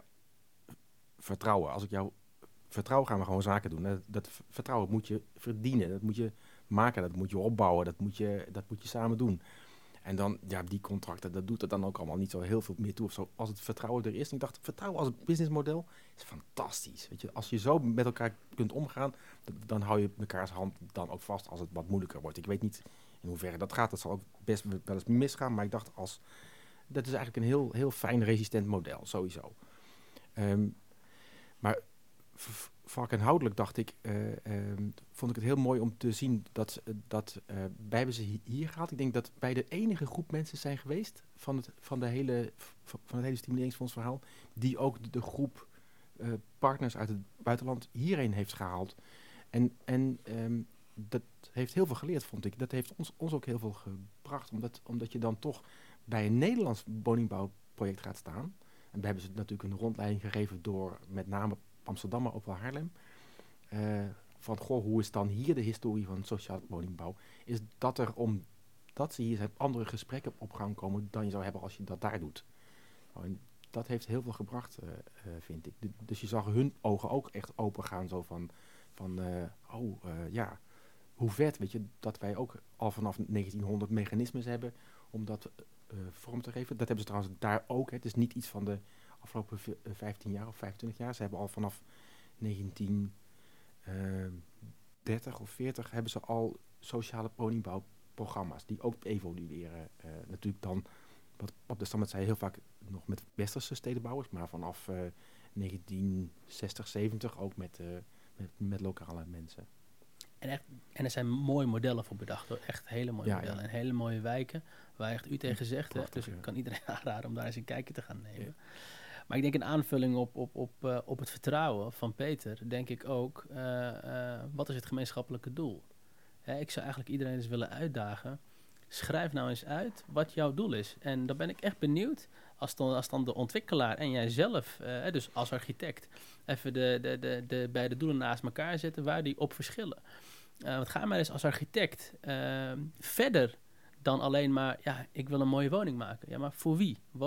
vertrouwen. Als ik jou vertrouw, gaan we gewoon zaken doen. Dat, dat vertrouwen moet je verdienen, dat moet je maken, dat moet je opbouwen, dat moet je, dat moet je samen doen. En dan, ja, die contracten, dat doet er dan ook allemaal niet zo heel veel meer toe. Of zo. Als het vertrouwen er is, en ik dacht, vertrouwen als businessmodel is fantastisch. Weet je, als je zo met elkaar kunt omgaan, dan hou je mekaars hand dan ook vast als het wat moeilijker wordt. Ik weet niet in hoeverre dat gaat, dat zal ook best wel eens misgaan, maar ik dacht, als dat is eigenlijk een heel, heel fijn resistent model, sowieso. Um, maar v- vakinhoudelijk dacht ik, uh, um, vond ik het heel mooi om te zien dat, dat uh, wij hebben ze hier gehaald. Ik denk dat wij de enige groep mensen zijn geweest van het, van de hele, van het hele stimuleringsfondsverhaal, die ook de, de groep uh, partners uit het buitenland hierheen heeft gehaald. En, en um, dat heeft heel veel geleerd, vond ik. Dat heeft ons, ons ook heel veel gebracht, omdat, omdat je dan toch bij een Nederlands woningbouwproject gaat staan. En we hebben ze natuurlijk een rondleiding gegeven door met name Amsterdam, maar ook wel Haarlem. Uh, van, goh, hoe is dan hier de historie van sociaal woningbouw? Is dat er, omdat ze hier zijn, andere gesprekken op gang komen dan je zou hebben als je dat daar doet. Nou, en dat heeft heel veel gebracht, uh, uh, vind ik. De, dus je zag hun ogen ook echt open gaan, zo van, van uh, oh, uh, ja, hoe vet, weet je, dat wij ook al vanaf negentienhonderd mechanismes hebben om dat uh, vorm te geven. Dat hebben ze trouwens daar ook. Hè. Het is niet iets van de afgelopen vijftien jaar of vijfentwintig jaar. Ze hebben al vanaf negentien dertig of veertig hebben ze al sociale woningbouwprogramma's die ook evolueren. Uh, natuurlijk dan, wat op de standaard zei, heel vaak nog met westerse stedenbouwers, maar vanaf uh, negentien zestig, zeventig ook met, uh, met, met lokale mensen. En, echt, en er zijn mooie modellen voor bedacht hoor. Echt hele mooie ja, modellen. Ja. En hele mooie wijken waar echt u tegen zegt. Hè? Dus ik ja. kan iedereen aanraden om daar eens een kijkje te gaan nemen. Ja. Maar ik denk een aanvulling op, op, op, uh, op het vertrouwen van Peter, denk ik ook, uh, uh, wat is het gemeenschappelijke doel? Hè, ik zou eigenlijk iedereen eens willen uitdagen. Schrijf nou eens uit wat jouw doel is. En dan ben ik echt benieuwd, als dan, als dan de ontwikkelaar en jijzelf, uh, dus als architect, even de, de, de, de beide doelen naast elkaar zetten, waar die op verschillen. Uh, want ga maar eens als architect uh, verder dan alleen maar, ja, ik wil een mooie woning maken. Ja, maar voor wie? Waarom?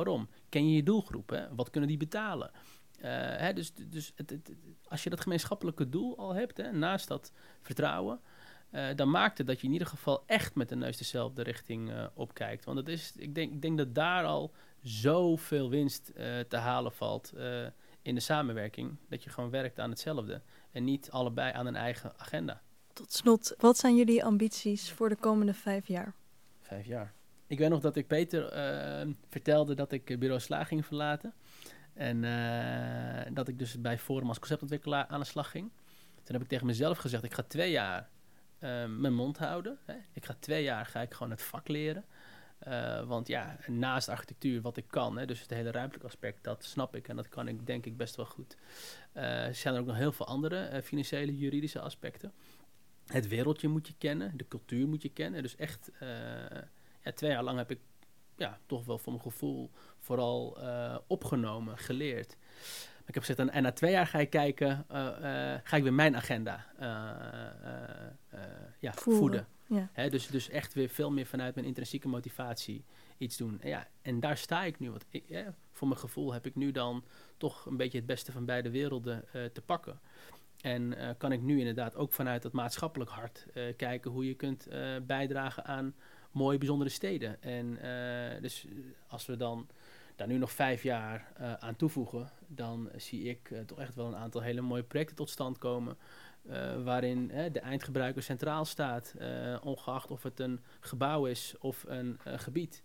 ken je je doelgroep? Hè? Wat kunnen die betalen? Uh, hè, dus dus het, het, als je dat gemeenschappelijke doel al hebt, hè, naast dat vertrouwen, uh, dan maakt het dat je in ieder geval echt met de neus dezelfde richting uh, opkijkt. Want het is, ik, denk, ik denk dat daar al zoveel winst uh, te halen valt uh, in de samenwerking. Dat je gewoon werkt aan hetzelfde en niet allebei aan een eigen agenda. Tot slot, wat zijn jullie ambities voor de komende vijf jaar? Vijf jaar. Ik weet nog dat ik Peter uh, vertelde dat ik Bureau Slaag ging verlaten. En uh, dat ik dus bij Forum als conceptontwikkelaar aan de slag ging. Toen heb ik tegen mezelf gezegd, ik ga twee jaar uh, mijn mond houden. Hè. Ik ga twee jaar ga ik gewoon het vak leren. Uh, want ja, naast architectuur wat ik kan, hè, dus het hele ruimtelijk aspect, dat snap ik en dat kan ik denk ik best wel goed. Uh, zijn er ook nog heel veel andere uh, financiële, juridische aspecten. Het wereldje moet je kennen, de cultuur moet je kennen. Dus echt, uh, ja, twee jaar lang heb ik ja, toch wel voor mijn gevoel vooral uh, opgenomen, geleerd. Maar ik heb gezegd, en, en na twee jaar ga ik kijken, uh, uh, ga ik weer mijn agenda uh, uh, uh, ja, voeden. voeden. Ja. Hè, dus, dus echt weer veel meer vanuit mijn intrinsieke motivatie iets doen. En, ja, en daar sta ik nu. Want ik, ja, voor mijn gevoel heb ik nu dan toch een beetje het beste van beide werelden uh, te pakken. En uh, kan ik nu inderdaad ook vanuit het maatschappelijk hart uh, kijken hoe je kunt uh, bijdragen aan mooie, bijzondere steden. En uh, dus als we dan daar nu nog vijf jaar uh, aan toevoegen, dan zie ik uh, toch echt wel een aantal hele mooie projecten tot stand komen. Uh, waarin uh, de eindgebruiker centraal staat, uh, ongeacht of het een gebouw is of een uh, gebied.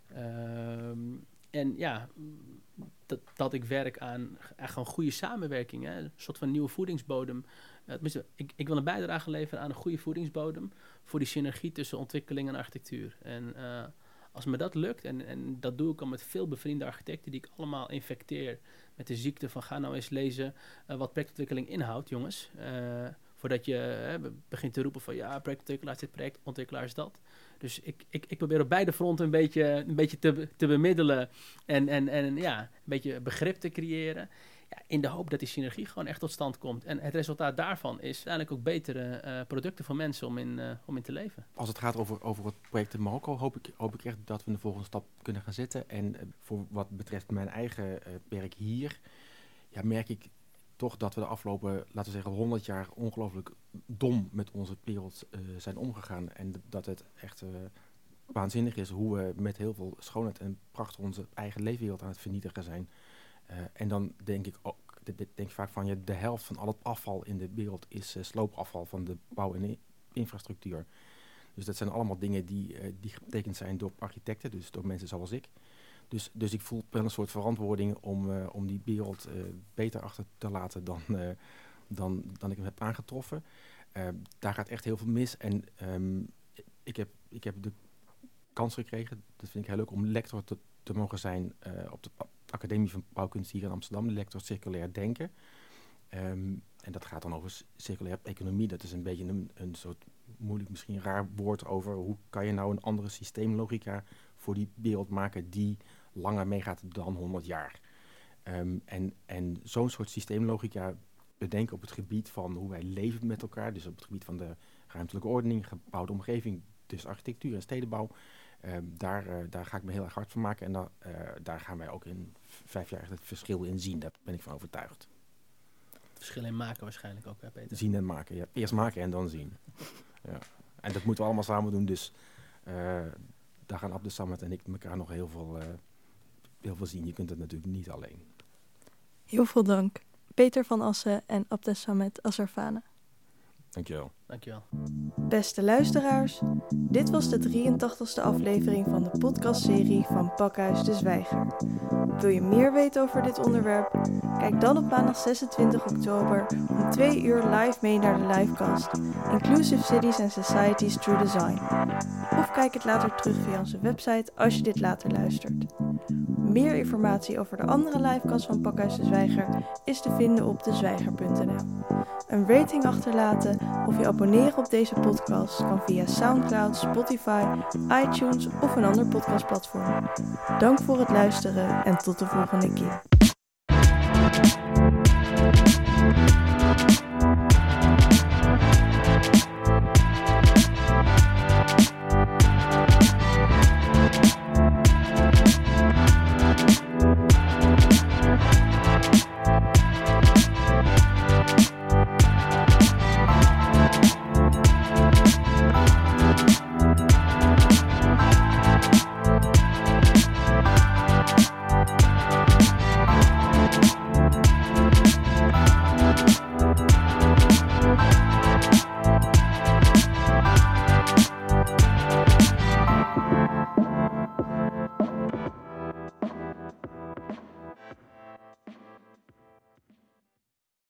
Um, en ja, dat, dat ik werk aan echt gewoon goede samenwerking, hè? Een soort van nieuwe voedingsbodem. Uh, ik, ik wil een bijdrage leveren aan een goede voedingsbodem voor die synergie tussen ontwikkeling en architectuur. En uh, als me dat lukt, en, en dat doe ik al met veel bevriende architecten die ik allemaal infecteer met de ziekte van ga nou eens lezen uh, wat projectontwikkeling inhoudt, jongens. Uh, voordat je uh, begint te roepen van ja, projectontwikkelaar is dit, projectontwikkelaar is dat. Dus ik, ik, ik probeer op beide fronten een beetje, een beetje te, te bemiddelen en, en, en ja, een beetje begrip te creëren. Ja, in de hoop dat die synergie gewoon echt tot stand komt. En het resultaat daarvan is uiteindelijk ook betere uh, producten voor mensen om in, uh, om in te leven. Als het gaat over, over het project in Marokko, hoop ik, hoop ik echt dat we de volgende stap kunnen gaan zetten. En uh, voor wat betreft mijn eigen uh, werk hier, ja, merk ik toch dat we de afgelopen, laten we zeggen, honderd jaar ongelooflijk dom met onze wereld uh, zijn omgegaan. En d- dat het echt uh, waanzinnig is hoe we met heel veel schoonheid en pracht onze eigen leefwereld aan het vernietigen zijn. Uh, en dan denk ik ook, de, de, denk ik vaak van ja, de helft van al het afval in de wereld is uh, sloopafval van de bouw- en i- infrastructuur. Dus dat zijn allemaal dingen die, uh, die getekend zijn door architecten, dus door mensen zoals ik. Dus, dus ik voel wel een soort verantwoording om, uh, om die wereld uh, beter achter te laten dan, uh, dan, dan ik hem heb aangetroffen. Uh, daar gaat echt heel veel mis. En um, ik, heb, ik heb de kans gekregen, dat vind ik heel leuk, om lector te, te mogen zijn uh, op de Academie van Bouwkunst hier in Amsterdam, de lector circulair denken. Um, en dat gaat dan over circulaire economie. Dat is een beetje een, een soort moeilijk, misschien raar woord over hoe kan je nou een andere systeemlogica voor die wereld maken die langer meegaat dan honderd jaar. Um, en, en zo'n soort systeemlogica bedenken op het gebied van hoe wij leven met elkaar, dus op het gebied van de ruimtelijke ordening, gebouwde omgeving, dus architectuur en stedenbouw, um, daar, uh, daar ga ik me heel erg hard van maken en da, uh, daar gaan wij ook in vijf jaar het verschil in zien, daar ben ik van overtuigd. Verschil in maken waarschijnlijk ook, hè Peter? Zien en maken, ja. Eerst maken en dan zien. Ja. En dat moeten we allemaal samen doen, dus uh, daar gaan Abdel Samad en ik elkaar nog heel veel, uh, heel veel zien. Je kunt het natuurlijk niet alleen. Heel veel dank. Peter van Assen en Abdel Samad Asarfane. Dankjewel. Dankjewel. Beste luisteraars, dit was de drieëntachtigste aflevering van de podcastserie van Pakhuis de Zwijger. Wil je meer weten over dit onderwerp? Kijk dan op maandag zesentwintig oktober om twee uur live mee naar de livecast Inclusive Cities and Societies Through Design. Of kijk het later terug via onze website als je dit later luistert. Meer informatie over de andere livecasts van Pakhuis de Zwijger is te vinden op dezwijger punt n l. Een rating achterlaten of je abonneren op deze podcast kan via SoundCloud, Spotify, iTunes of een ander podcastplatform. Dank voor het luisteren en tot de volgende keer.